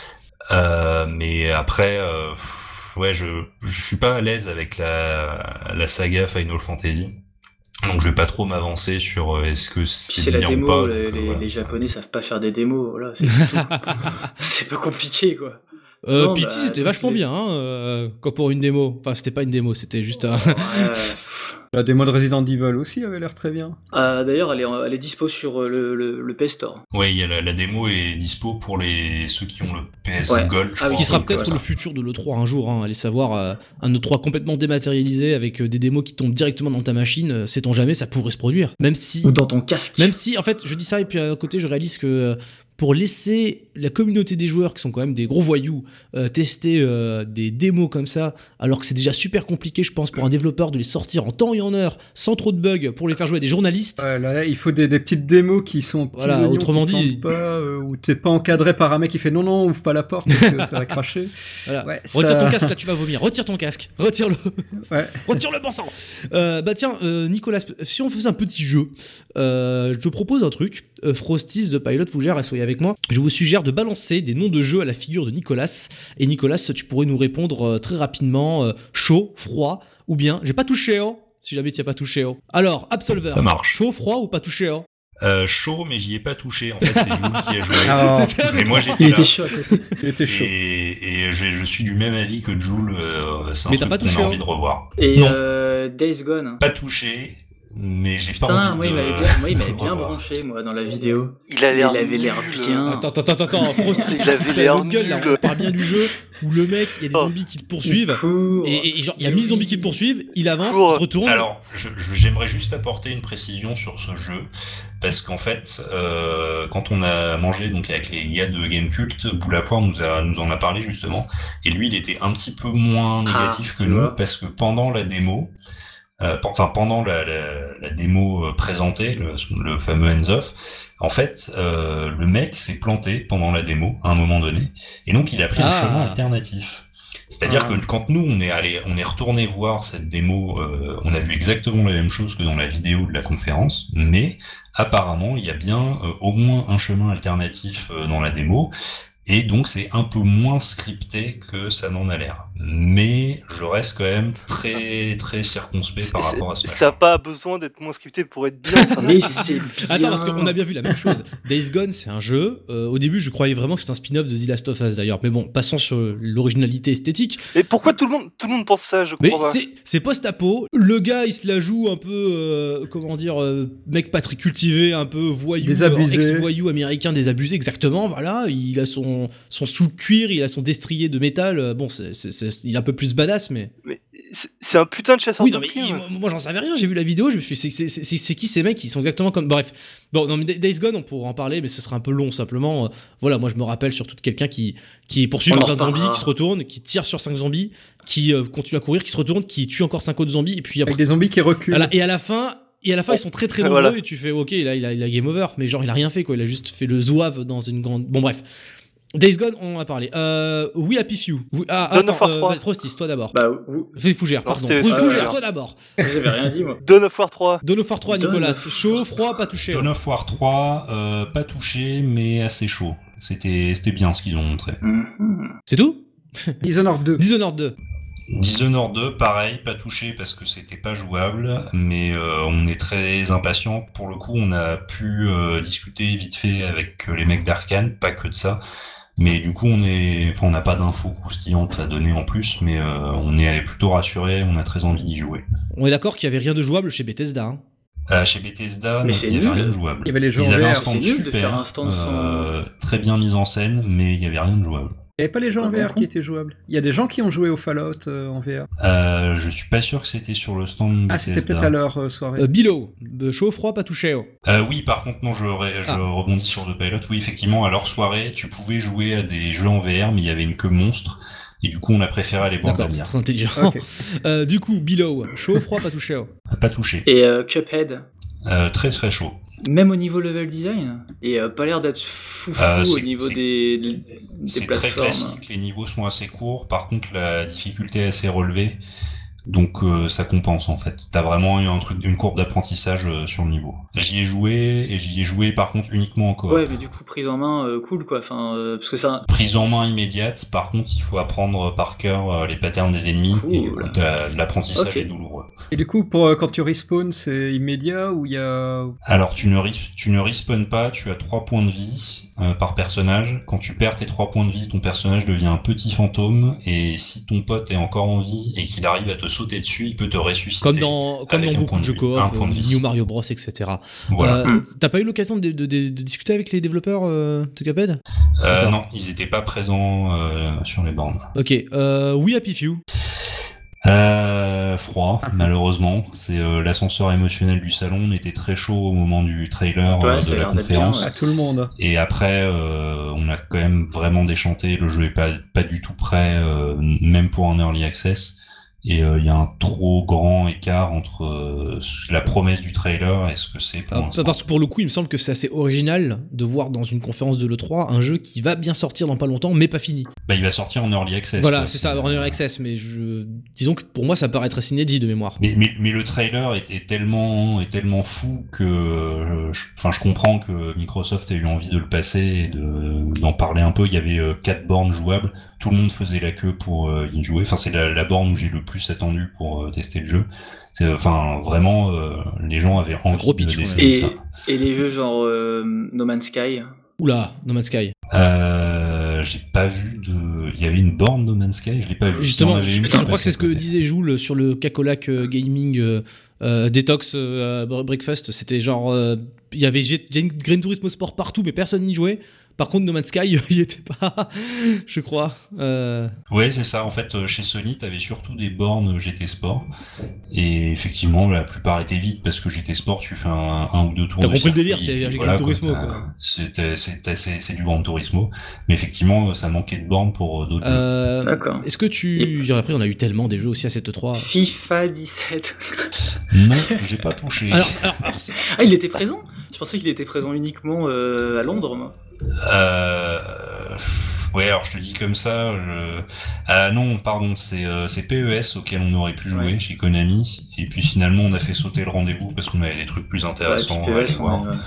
Euh, mais après, euh, ouais, je, je suis pas à l'aise avec la, la saga Final Fantasy. Donc je vais pas trop m'avancer sur euh, est-ce que c'est, c'est la bien démo, ou pas. les, donc, les, euh, voilà. les Japonais savent pas faire des démos, voilà, c'est, c'est tout. C'est pas compliqué, quoi. Euh, Non, Pity, bah, c'était tout vachement les- bien, hein, euh, quoi pour une démo. Enfin, c'était pas une démo, c'était juste un... Ouais, pff. La démo de Resident Evil aussi avait l'air très bien. Ah, d'ailleurs, elle est, en- elle est dispo sur euh, le, le, le P S Store. Ouais, il y a la, la démo est dispo pour les ceux qui ont le P S Ouais. Gold. Ah je oui, Ce crois, qui sera donc, peut-être euh, le futur de l'E trois un jour, hein. Allez savoir, euh, un E trois complètement dématérialisé avec euh, des démos qui tombent directement dans ta machine, euh, sait-on jamais, ça pourrait se produire. Même si... Ou dans ton casque. Même si, en fait, je dis ça et puis à côté, je réalise que euh, pour laisser la communauté des joueurs, qui sont quand même des gros voyous, euh, tester euh, des démos comme ça, alors que c'est déjà super compliqué, je pense, pour un développeur de les sortir en temps et en heure, sans trop de bugs, pour les faire jouer à des journalistes. Ouais, là, il faut des, des petites démos qui sont petits Voilà, oignons autrement qui dit- plantent pas, euh, où t'es pas encadré par un mec qui fait non, non, ouvre pas la porte parce que ça va cracher. Voilà. Ouais, Retire ça- ton casque, là tu vas vomir. Retire ton casque. Retire-le. Ouais. Retire-le, bon sang. Euh, bah tiens, euh, Nicolas, si on faisait un petit jeu, euh, je te propose un truc. Euh, Frosties de Pilot Fougère, et soyez avec moi. Je vous suggère de balancer des noms de jeux à la figure de Nicolas. Et Nicolas, tu pourrais nous répondre euh, très rapidement euh, chaud, froid, ou bien j'ai pas touché, oh. Si jamais tu as pas touché, oh. Alors, Absolver. Ça marche. Chaud, froid ou pas touché, oh. Euh, chaud, mais j'y ai pas touché. En fait, c'est Jules qui a joué. Ah, Mais moi, j'étais Il là. était chaud à côté. il était chaud. Et, et je, je suis du même avis que Jules. Euh, c'est un Mais t'as truc pas qu'on touché, a hein. envie de revoir. Et Non. euh, Days Gone. Pas touché, mais j'ai pas Putain, envie moi, il de. m'avait bien, moi, il m'avait de bien revoir. branché, moi, dans la vidéo. Il, a Il l'air avait l'air nul. bien. Attends, attends, attends, attends, Frosty, Il avait l'air notre gueule, là, nul. on parle bien du jeu où le mec, il y a des Oh. zombies qui te poursuivent. Court. Et, et genre, il y a mille zombies qui te poursuivent, il avance, Cours. il se retourne. Alors, je- je- j'aimerais juste apporter une précision sur ce jeu, parce qu'en fait, euh, quand on a mangé donc avec les gars de Gamecult, Boulapoire nous a nous en a parlé justement, et lui, il était un petit peu moins négatif Ah, que tu nous, vois. parce que pendant la démo, euh, pen- enfin pendant la, la, la démo euh, présentée, le, le fameux hands-off, en fait, euh, le mec s'est planté pendant la démo à un moment donné, et donc il a pris un Ah. chemin alternatif. C'est-à-dire Ah. que quand nous on est allé, on est retourné voir cette démo, euh, on a vu exactement la même chose que dans la vidéo de la conférence, mais apparemment il y a bien euh, au moins un chemin alternatif euh, dans la démo, et donc c'est un peu moins scripté que ça n'en a l'air. Mais je reste quand même très très circonspect par C'est- rapport à ce Ça n'a match. pas besoin d'être moins scripté pour être bien. Ça Mais c'est bien. Attends, parce qu'on a bien vu la même chose. Days Gone, c'est un jeu. euh, au début, je croyais vraiment que c'était un spin-off de The Last of Us d'ailleurs. Mais bon, passons sur l'originalité esthétique. Mais pourquoi tout le monde, tout le monde pense ça, je Mais crois pas. c'est, c'est post-apo. Le gars, il se la joue un peu, euh, comment dire, euh, mec pas très cultivé, un peu voyou, Désabusé. euh, ex-voyou américain désabusé, exactement. Voilà, il a son, son sous-cuir, il a son destrier de métal. euh, Bon, c'est, c'est, c'est- il est un peu plus badass, mais. Mais c'est c'est un putain de chasseur Oui, de non, mais primes. il- moi, moi, j'en savais rien, j'ai vu la vidéo, je me suis dit, c'est, c'est, c'est, c'est qui ces mecs? Ils sont exactement comme. Bref. Bon, non, mais Days Gone, on pourra en parler, mais ce sera un peu long, simplement. Euh, voilà, moi, je me rappelle surtout de quelqu'un qui, qui poursuit On en un zombie, reparlera. qui se retourne, qui tire sur cinq zombies, qui euh, continue à courir, qui se retourne, qui tue encore cinq autres zombies, et puis après. Avec des zombies qui reculent. Voilà, et à la fin. Et à la fin, ils sont très très nombreux, Voilà. et tu fais, ok, là, il a, il a game over, mais genre, il a rien fait, quoi. Il a juste fait le zouave dans une grande. Bon, bref. Days Gone, on en a parlé. Euh, We Happy Few. Oui, ah, Dawn attends, of War euh, trois. Frostis, toi d'abord. Bah, vous, Fais Fougère, Non, pardon. c'était- Fou- c'était- Fougère, euh, toi d'abord. j'avais rien dit, moi. Dawn of War trois. Dawn of War trois, Dawn Nicolas. of War Chaud, froid, pas touché. Dawn of War trois, euh, pas touché, mais assez chaud. C'était c'était bien ce qu'ils ont montré. Mhm. C'est tout? Dishonored deux. Dishonored deux. Dishonored deux, pareil, pas touché parce que c'était pas jouable, mais euh, on est très impatient. Pour le coup, on a pu euh, discuter vite fait avec euh, les mecs d'Arkane, pas que de ça. Mais du coup, on est, enfin, on n'a pas d'infos croustillantes à donner en plus, mais euh, on est plutôt rassuré, on a très envie d'y jouer. On est d'accord qu'il y avait rien de jouable chez Bethesda. Hein. Euh, chez Bethesda, Mais non, c'est il y avait nul. rien de jouable. Il y avait les jeux Ils en avaient V R. un stand C'est nul de super, faire un stand sans- euh, très bien mis en scène, mais il y avait rien de jouable. Il n'y avait pas les jeux C'est en pas V R bon. qui étaient jouables. Il y a des gens qui ont joué au Fallout euh, en V R. Euh, je suis pas sûr que c'était sur le stand Ah, Bethesda. c'était peut-être à leur euh, soirée. Euh, Below. De chaud, froid, pas touché. Oh. Euh, oui, par contre, non, je, ré- je Ah. rebondis sur The Pilot. Oui, effectivement, à leur soirée, tu pouvais jouer à des jeux en V R, mais il y avait une queue monstre. Et du coup, on a préféré aller boire de la D'accord, c'est bière. très intelligent. Ok. Euh, du coup, Below. Chaud, froid, pas touché. Oh. Pas touché. Et euh, Cuphead. Euh, très très chaud. Même au niveau level design. Et euh, pas l'air d'être fou fou Euh, au c'est- niveau c'est- des, des C'est très plateformes. classique, les niveaux sont assez courts, par contre la difficulté est assez relevée, donc euh, ça compense en fait. T'as vraiment eu un truc, une courbe d'apprentissage euh, sur le niveau. J'y ai joué, et j'y ai joué par contre uniquement en coop. Ouais, mais du coup, prise en main, euh, cool quoi. Enfin, euh, parce que ça. Prise en main immédiate, par contre il faut apprendre par cœur euh, les patterns des ennemis, Cool. et euh, t'as- l'apprentissage Ok. est douloureux. Et du coup, pour euh, quand tu respawns, c'est immédiat ou il y a. Alors tu ne, ris- tu ne respawns pas, tu as trois points de vie euh, par personnage. Quand tu perds tes trois points de vie, ton personnage devient un petit fantôme, et si ton pote est encore en vie et qu'il arrive à te sauter dessus, il peut te ressusciter. Comme dans, comme avec dans un beaucoup point de de jeux vue, coop, un point de euh, vie. New Mario Bros, et cetera. Voilà. Euh, T'as pas eu l'occasion de, de, de- de discuter avec les développeurs euh, de Cuphead? Euh, D'accord. non, ils étaient pas présents euh, sur les bornes. Ok, euh, We Happy Few. Euh, froid, malheureusement. C'est euh, l'ascenseur émotionnel du salon. On était très chaud au moment du trailer Ouais, euh, ça a de la l'air d'être conférence. bien, À tout le monde. Et après, euh, on a quand même vraiment déchanté. Le jeu est pas pas du tout prêt, euh, même pour un early access. Et il euh, y a un trop grand écart entre euh, la promesse du trailer et ce que c'est pour Alors, l'instant. parce que pour le coup, il me semble que c'est assez original de voir dans une conférence de l'E trois un jeu qui va bien sortir dans pas longtemps, mais pas fini. Bah, il va sortir en early access. Voilà, quoi. c'est ça, en early access, mais je... disons que pour moi, ça paraît très inédit de mémoire. Mais, mais, mais le trailer est, est tellement est tellement fou que, euh, je, enfin, je comprends que Microsoft ait eu envie de le passer et de, d'en parler un peu. Il y avait euh, quatre bornes jouables. Tout le monde faisait la queue pour euh, y jouer. Enfin, c'est la, la borne où j'ai le plus attendu pour euh, tester le jeu. C'est, enfin, vraiment, euh, les gens avaient envie gros pitch, de d'essayer Et, ça. et les jeux genre euh, No Man's Sky. Oula, No Man's Sky. Euh, j'ai pas vu de. Il y avait une borne No Man's Sky. Je l'ai pas vu. Justement, S'il y en avait je, une, je je crois que passais c'est ce à que côté. disait Joule sur le Cacolac euh, Gaming euh, euh, Detox euh, Breakfast. C'était genre, euh, il y avait G- G- Gran Turismo Sport partout, mais personne n'y jouait. Par contre, No Man's Sky, il y était pas, je crois. Euh... Ouais, c'est ça. En fait, euh, chez Sony, t'avais surtout des bornes G T Sport. Et effectivement, la plupart étaient vides parce que G T Sport, tu fais un, un ou deux tours T'as de compris le circuit, délire, c'est et puis Gran voilà, Turismo, quoi, quoi. C'était, c'est, c'est, c'est du Gran Turismo. Mais effectivement, ça manquait de bornes pour euh, d'autres jeux. Euh, D'accord. Est-ce que tu... Et... Après, on a eu tellement des jeux aussi à cette E trois. FIFA dix-sept. Non, j'ai pas touché. Alors, alors, alors, c'est- Ah, il était présent? Je pensais qu'il était présent uniquement euh, à Londres, moi. Euh... Ouais, alors je te dis comme ça. Je... Ah non, pardon, c'est euh, c'est P E S auquel on aurait pu jouer Ouais. chez Konami. Et puis finalement, on a fait sauter le rendez-vous parce qu'on avait des trucs plus Ouais, intéressants puis à aller P S, on voir. est, euh,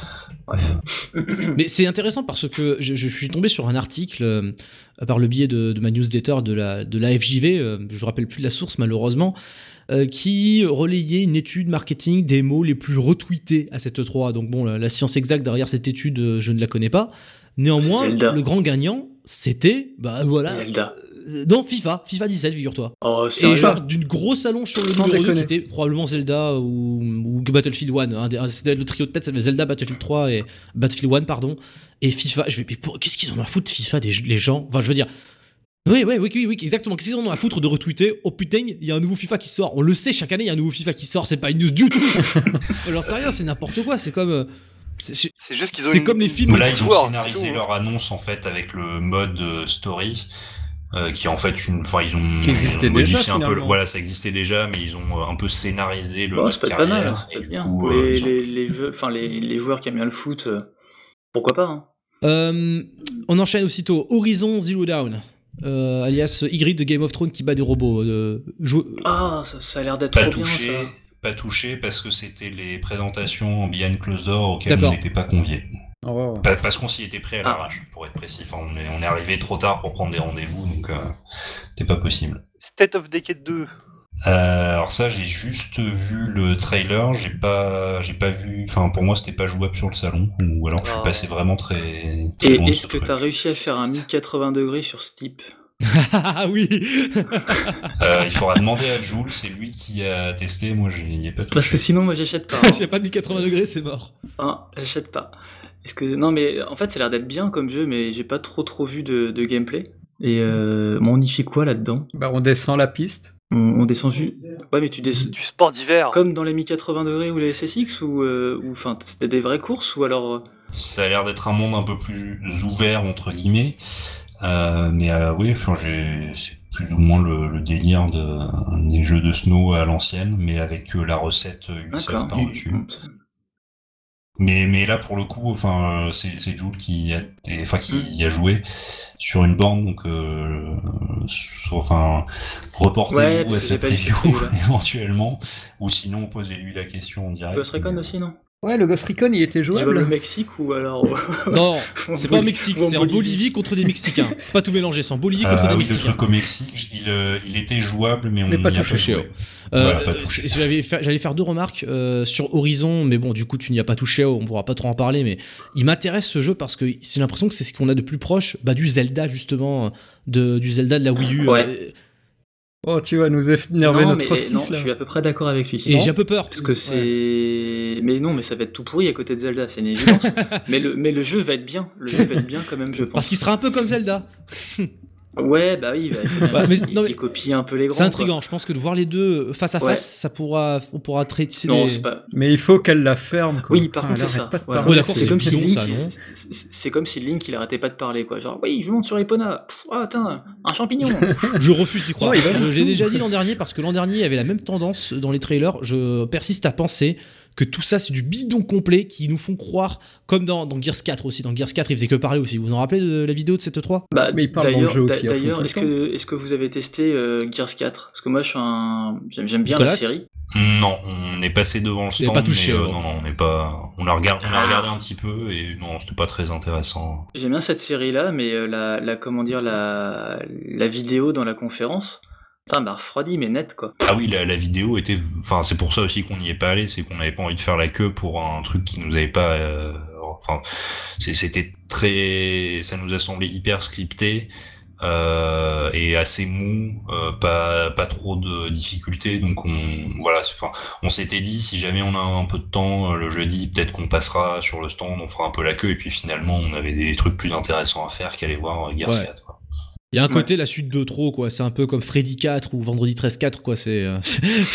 Bref. Mais c'est intéressant parce que je, je suis tombé sur un article euh, par le biais de, de ma newsletter de la, de l'A F J V, euh, je me rappelle plus de la source malheureusement, euh, qui relayait une étude marketing des mots les plus retweetés à cette E trois. Donc bon, la, la science exacte derrière cette étude, euh, je ne la connais pas. Néanmoins, C'est Zelda. le grand gagnant, c'était, bah voilà, Zelda. euh, non, FIFA, FIFA dix-sept, figure-toi. Oh, Et sérieux? genre d'une grosse allonge sur le Sans numéro deux qui déconner. était probablement Zelda ou, ou Battlefield un. Un des- un- c'était le trio de tête, ça avait Zelda, Battlefield trois et Battlefield un, pardon. Et FIFA, je vais, mais pour- qu'est-ce qu'ils en ont à foutre FIFA, des, les gens? Enfin, je veux dire. Oui, oui, oui, oui, oui, exactement. Qu'est-ce qu'ils en ont à foutre de retweeter? Oh putain, il y a un nouveau FIFA qui sort. On le sait, chaque année, il y a un nouveau FIFA qui sort. C'est pas une news du tout. J'en sais rien, c'est n'importe quoi. C'est comme. euh, c'est- c'est- C'est juste qu'ils ont C'est une- comme les films Mais là, beaucoup ils de ont joueurs, c'est scénarisé tout, hein. leur annonce en fait avec le mode euh, story, euh, qui est en fait une, enfin ils ont Qui existait modifié déjà, un peu. Le, finalement. voilà, ça existait déjà, mais ils ont euh, un peu scénarisé le Bon, mode ça peut être pas carrière. mal, ça peut et être du bien. coup, Pour euh, les, ils ont- les, les jeux, enfin les, les joueurs qui aiment bien le foot, euh, pourquoi pas, hein. Euh, on enchaîne aussitôt. Horizon Zero Dawn. Euh, alias Ygritte de Game of Thrones qui bat des robots. Euh, jou- Ah, ça, ça a l'air d'être pas trop bien, touché, ça. pas touché parce que c'était les présentations en behind closed door auxquelles on D'accord. n'était pas conviés. Oh. Pa- Parce qu'on s'y était pris à Ah. l'arrache, pour être précis. Enfin, on est, on est arrivé trop tard pour prendre des rendez-vous, donc euh, c'était pas possible. State of Decay deux. Euh, alors ça, j'ai juste vu le trailer, j'ai pas, j'ai pas vu. Enfin, pour moi, c'était pas jouable sur le salon, ou alors je suis Ah. passé vraiment très. très Et loin de est-ce ce que truc. t'as réussi à faire un mille quatre-vingts degrés sur Steep? Ah oui. Euh, il faudra demander à Jules, c'est lui qui a testé. Moi, j'y ai pas touché. Parce que sinon, moi, j'achète pas. S'il n'y a pas de mille quatre-vingts degrés, c'est mort. Hein, j'achète pas. Est-ce que non, mais en fait, ça a l'air d'être bien comme jeu, mais j'ai pas trop trop vu de, de gameplay. Et euh, bon, on y fait quoi là-dedans? Bah, on descend la piste. on, on descend juste. Ouais, mais tu descends Du sport d'hiver. comme dans les mille quatre-vingts degrés ou les S S X ou euh, ou enfin c'était des vraies courses ou alors. Ça a l'air d'être un monde un peu plus ouvert entre guillemets, euh, mais euh, oui, enfin, j'ai, c'est plus ou moins le, le délire de, des jeux de snow à l'ancienne, mais avec euh, la recette Ubisoft D'accord. par-dessus. Mais, mais là, pour le coup, enfin, euh, c'est, c'est Jules qui a, été- enfin, qui Mm. y a joué sur une borne, donc, euh, sur- enfin, reportez-vous Ouais, à parce que cette j'ai pas lu cette preview, preview-là. éventuellement, ou sinon, posez-lui la question en direct. Ghost Recon aussi, non? Ouais, le Ghost Recon, il était Tu vas jouable. au Mexique ou alors. Non, En c'est pas en Boli- Mexique, ou en c'est en Bolivie. Bolivie contre des Mexicains. Faut pas tout mélanger, c'est en Bolivie contre Euh, des oui, le Mexicains. truc au Mexique, il, euh, il était jouable, mais on Mais pas n'y a touché, joué. Euh, Voilà, pas touché. c'est- j'avais fait- J'allais faire deux remarques euh, sur Horizon, mais bon, du coup, tu n'y as pas touché, on pourra pas trop en parler, mais il m'intéresse ce jeu parce que j'ai l'impression que c'est ce qu'on a de plus proche bah, du Zelda, justement, de, du Zelda de la Wii U. Ouais. Euh, Oh, tu vas nous énerver non, notre mais Frostis, non, là. je suis à peu près d'accord avec lui. Et j'ai un peu peur. Parce que c'est. Mais non, mais ça va être tout pourri à côté de Zelda, c'est une évidence. mais, le, mais le jeu va être bien. Le jeu va être bien quand même, je pense. Parce qu'il sera un peu comme Zelda. Ouais, bah oui, bah, il faut bien Ouais, mais- qu'il non, mais- qu'il copie un peu les grands. C'est intriguant. quoi. Je pense que de voir les deux face à Ouais. face, ça pourra, on pourra traiter. Non, des- c'est pas. Mais il faut qu'elle la ferme, quoi. Oui, par Enfin, contre, elle c'est arrête ça. pas de Voilà. parler, Ouais, d'accord, c'est c'est comme si bidon, Link, ça, non c'est- c'est c'est comme si Link, il arrêtait pas de parler, quoi. Genre, oui, je monte sur Epona. Pff, Ah, attends, un champignon. Je refuse d'y croire. Ouais, il va Je- J'ai tout. déjà dit l'an dernier parce que l'an dernier il y avait la même tendance dans les trailers. Je persiste à penser que tout ça c'est du bidon complet qui nous font croire, comme dans, dans Gears quatre aussi. Dans Gears quatre, il faisait que parler aussi. Vous vous en rappelez de la vidéo de cette E trois? Bah, Mais il parle dans le d'ailleurs, jeu aussi, d'a- à fond D'ailleurs, tout le est-ce que, est-ce que vous avez testé euh, Gears quatre? Parce que moi, je suis un, j'aime j'aime bien Nicolas la série. Non, on est passé devant le Vous avez stand, pas touché, mais euh, alors. non, non, on n'est pas. On a regardé, on a Ah. regardé un petit peu et non, c'était pas très intéressant. J'aime bien cette série-là, mais euh, la, la, comment dire, la, la vidéo dans la conférence, putain, m'a refroidi, mais net, quoi. Ah oui, la, la vidéo était. Enfin, c'est pour ça aussi qu'on n'y est pas allé, c'est qu'on n'avait pas envie de faire la queue pour un truc qui nous avait pas. euh, Enfin, c'est- c'était très. Ça nous a semblé hyper scripté. Euh, et assez mou, euh, pas pas trop de difficultés, donc on voilà, c'est- enfin on s'était dit si jamais on a un peu de temps euh, le jeudi, peut-être qu'on passera sur le stand, on fera un peu la queue, et puis finalement on avait des trucs plus intéressants à faire qu'aller voir euh, Gears Ouais. quatre, quoi. Il y a un côté la suite de trop, quoi. C'est un peu comme Freddy quatre ou Vendredi treize quatre, quoi. C'est euh,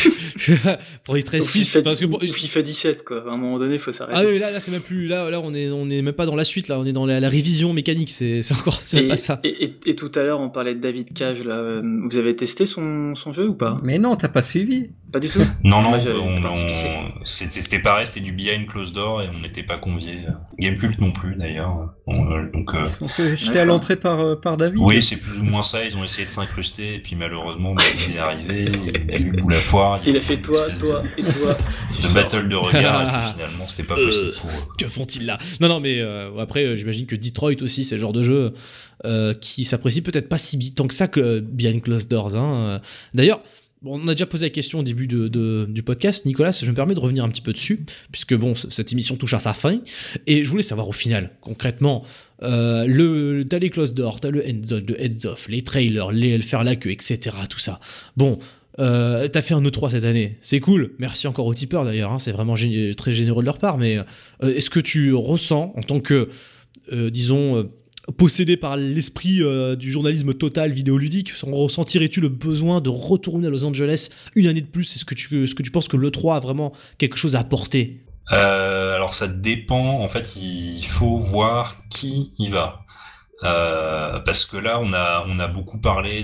Vendredi treize Ou six FIFA, parce que bon, ou FIFA dix-sept, quoi. À un moment donné, faut s'arrêter. ah oui, là, là c'est même plus là, là on est on est même pas dans la suite, là on est dans la, la révision mécanique. C'est c'est encore c'est même Et, pas ça. et, et, et tout à l'heure, on parlait de David Cage, là. Euh, Vous avez testé son, son jeu ou pas? Mais non, t'as pas suivi. Pas du tout. Non, non, Moi, j'avais on, pas participé. on- c'était c'était pareil, c'était du behind closed door et on n'était pas conviés. Gamecult non plus d'ailleurs. On- euh, donc euh, Ils se sont fait jeter à D'accord. l'entrée par, euh, par David. oui, c'est plus ou moins ça. Ils ont essayé de s'incruster et puis malheureusement, bah, il est arrivé, il a vu le bout la poire. Il a y fait une toi, espèce toi de- et toi. Tu de sors. battle de regard et puis finalement c'était pas possible pour eux. Que font-ils là? Non, non, mais euh, après, euh, j'imagine que Detroit aussi, c'est le genre de jeu euh, qui s'apprécie peut-être pas si bi- tant que ça que euh, Behind Closed Doors. Hein. Euh, D'ailleurs, bon, on a déjà posé la question au début de, de- du podcast. Nicolas, je me permets de revenir un petit peu dessus, puisque bon, c- cette émission touche à sa fin. Et je voulais savoir au final, concrètement, euh, le, t'as les Closed Doors, t'as le Heads On, le Heads Off, les trailers, les, le faire la queue, et cetera. Tout ça. Bon. Euh, t'as fait un E trois cette année, c'est cool. Merci encore aux tipeurs d'ailleurs, hein, c'est vraiment gé- très généreux de leur part. Mais euh, est-ce que tu ressens en tant que, euh, disons, euh, possédé par l'esprit euh, du journalisme total vidéoludique, ressentirais-tu le besoin de retourner à Los Angeles une année de plus? Est-ce que tu, est-ce que tu penses que l'E trois a vraiment quelque chose à apporter? Euh, alors ça dépend. En fait, il faut voir qui y va. Euh, parce que là, on a on a beaucoup parlé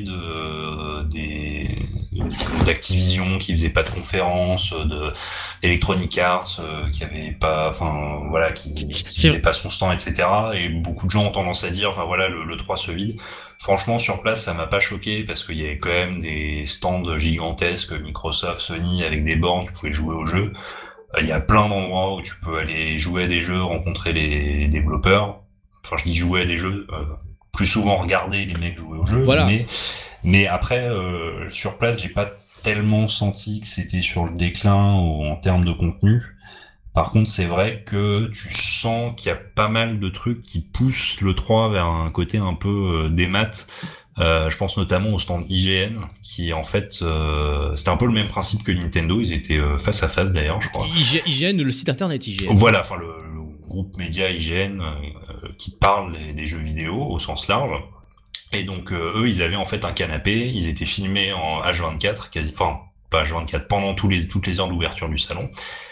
de des d'Activision qui faisait pas de conférences, de Electronic Arts euh, qui avait pas, enfin voilà, qui, qui faisait pas son stand, et cetera. Et beaucoup de gens ont tendance à dire, enfin voilà, le, le trois se vide. Franchement, sur place, ça m'a pas choqué parce qu'il y avait quand même des stands gigantesques, Microsoft, Sony, avec des bornes, tu pouvais jouer au jeu. Il y a plein d'endroits où tu peux aller jouer à des jeux, rencontrer les, les développeurs. Enfin, je dis jouer à des jeux, euh, plus souvent regarder les mecs jouer aux jeux. Voilà. Mais, mais après, euh, sur place, j'ai pas tellement senti que c'était sur le déclin ou en termes de contenu. Par contre, c'est vrai que tu sens qu'il y a pas mal de trucs qui poussent le trois vers un côté un peu euh, des maths. Euh, je pense notamment au stand I G N, qui en fait, euh, c'était un peu le même principe que Nintendo. Ils étaient euh, face à face d'ailleurs, je crois. I G- I G N, le site internet I G N. Voilà, enfin le, le groupe média I G N euh, qui parle des, des jeux vidéo au sens large. Et donc euh, eux, ils avaient en fait un canapé. Ils étaient filmés en H vingt-quatre, quasi, enfin pas H vingt-quatre, pendant tous les toutes les heures d'ouverture du salon.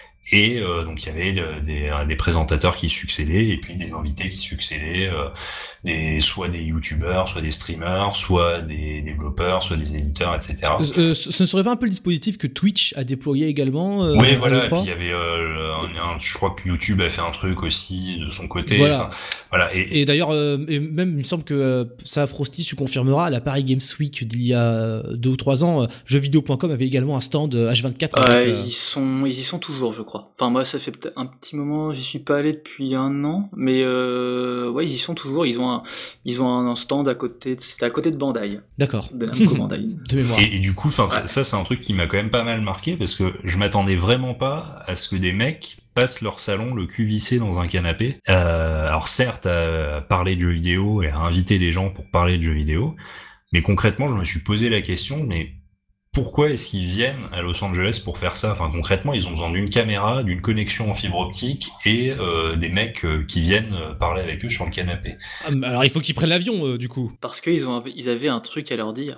Et euh, donc il y avait euh, des, des présentateurs qui succédaient et puis des invités qui succédaient, euh, des soit des youtubeurs, soit des streamers, soit des développeurs, soit des éditeurs, et cetera. Euh, ce ce ne serait pas un peu le dispositif que Twitch a déployé également euh, Oui, à voilà. l'E Et trois? puis il y avait, euh, un, un- je crois que YouTube a fait un truc aussi de son côté. Voilà. Enfin, voilà. Et, Et d'ailleurs, euh, et même il me semble que euh, ça, Frosty, tu confirmeras, à la Paris Games Week d'il y a euh, deux ou trois ans, euh, jeuxvideo point com avait également un stand euh, H vingt-quatre. Ouais, avec, euh, ils y sont, ils y sont toujours, je crois. Enfin, moi, ça fait peut-être un petit moment, j'y suis pas allé depuis un an, mais euh, ouais, ils y sont toujours. Ils ont un, ils ont un stand à côté, de- c'était à côté de Bandai, D'accord. de Namco Bandai. De mémoire. et, et du coup, enfin, Ouais. ça, ça, c'est un truc qui m'a quand même pas mal marqué parce que je m'attendais vraiment pas à ce que des mecs passent leur salon le cul vissé dans un canapé. Euh, alors certes, à parler de jeux vidéo et à inviter des gens pour parler de jeux vidéo, mais concrètement, je me suis posé la question, mais pourquoi est-ce qu'ils viennent à Los Angeles pour faire ça? Enfin, concrètement, ils ont besoin d'une caméra, d'une connexion en fibre optique et euh, des mecs euh, qui viennent euh, parler avec eux sur le canapé. Ah, alors il faut qu'ils prennent l'avion euh, du coup. Parce qu'ils ont, ils avaient un truc à leur dire.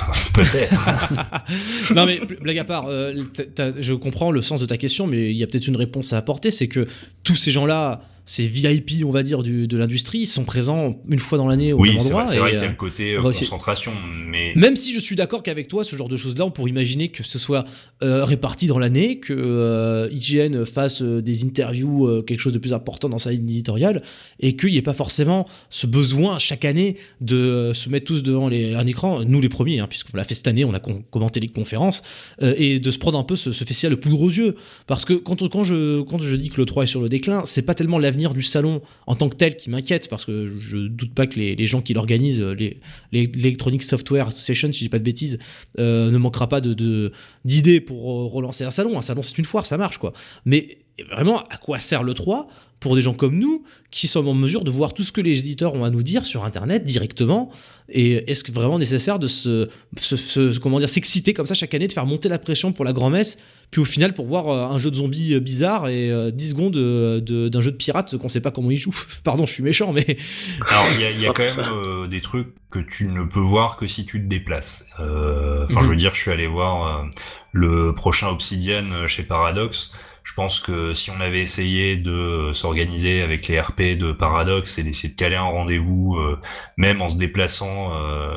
Peut-être. Non mais blague à part, euh, t'as, t'as, je comprends le sens de ta question, mais il y a peut-être une réponse à apporter, c'est que tous ces gens-là, ces V I P, on va dire, du, de l'industrie, ils sont présents une fois dans l'année au oui, même endroit. Oui, c'est vrai, et, c'est vrai qu'il y a le côté euh, concentration, mais... Même si je suis d'accord qu'avec toi, ce genre de choses-là, on pourrait imaginer que ce soit euh, réparti dans l'année, que euh, I G N fasse euh, des interviews, euh, quelque chose de plus important dans sa ligne éditoriale, et qu'il n'y ait pas forcément ce besoin, chaque année, de euh, se mettre tous devant les, un écran, nous les premiers, hein, puisqu'on l'a fait cette année, on a com- commenté les conférences, euh, et de se prendre un peu ce, ce festival le plus gros yeux. Parce que quand, quand, je, quand je dis que le trois est sur le déclin, c'est pas tellement l'avenir du salon en tant que tel qui m'inquiète, parce que je, je doute pas que les, les gens qui l'organisent, les, les, l'Electronic Software Association, si je dis pas de bêtises, euh, ne manquera pas de, de, d'idées pour relancer un salon. Un salon, c'est une foire, ça marche, quoi. Mais vraiment, à quoi sert le trois pour des gens comme nous, qui sommes en mesure de voir tout ce que les éditeurs ont à nous dire sur Internet directement? Et est-ce que vraiment nécessaire de se, se, se comment dire, s'exciter comme ça chaque année, de faire monter la pression pour la grand-messe, puis au final pour voir euh, un jeu de zombies bizarre et euh, dix secondes de, de, d'un jeu de pirate qu'on sait pas comment il joue? Pardon, je suis méchant, mais... Alors, il y a, y a quand même euh, des trucs que tu ne peux voir que si tu te déplaces. Enfin, euh, mm-hmm. je veux dire, je suis allé voir euh, le prochain Obsidian chez Paradox. Je pense que si on avait essayé de s'organiser avec les R P de Paradox et d'essayer de caler un rendez-vous, euh, même en se déplaçant,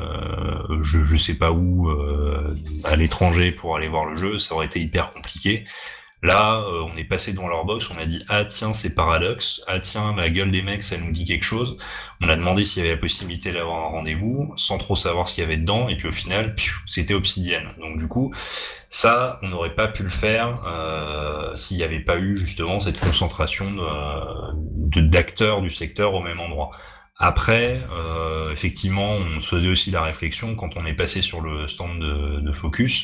euh, je, je sais pas où, euh, à l'étranger pour aller voir le jeu, ça aurait été hyper compliqué. Là, euh, on est passé devant leur box, on a dit « Ah tiens, c'est Paradox. Ah tiens, la gueule des mecs, ça nous dit quelque chose. » On a demandé s'il y avait la possibilité d'avoir un rendez-vous, sans trop savoir ce qu'il y avait dedans, et puis au final, piou, c'était Obsidian. Donc du coup, ça, on n'aurait pas pu le faire euh, s'il n'y avait pas eu justement cette concentration de, de, d'acteurs du secteur au même endroit. Après, euh, effectivement, on se faisait aussi la réflexion quand on est passé sur le stand de, de Focus.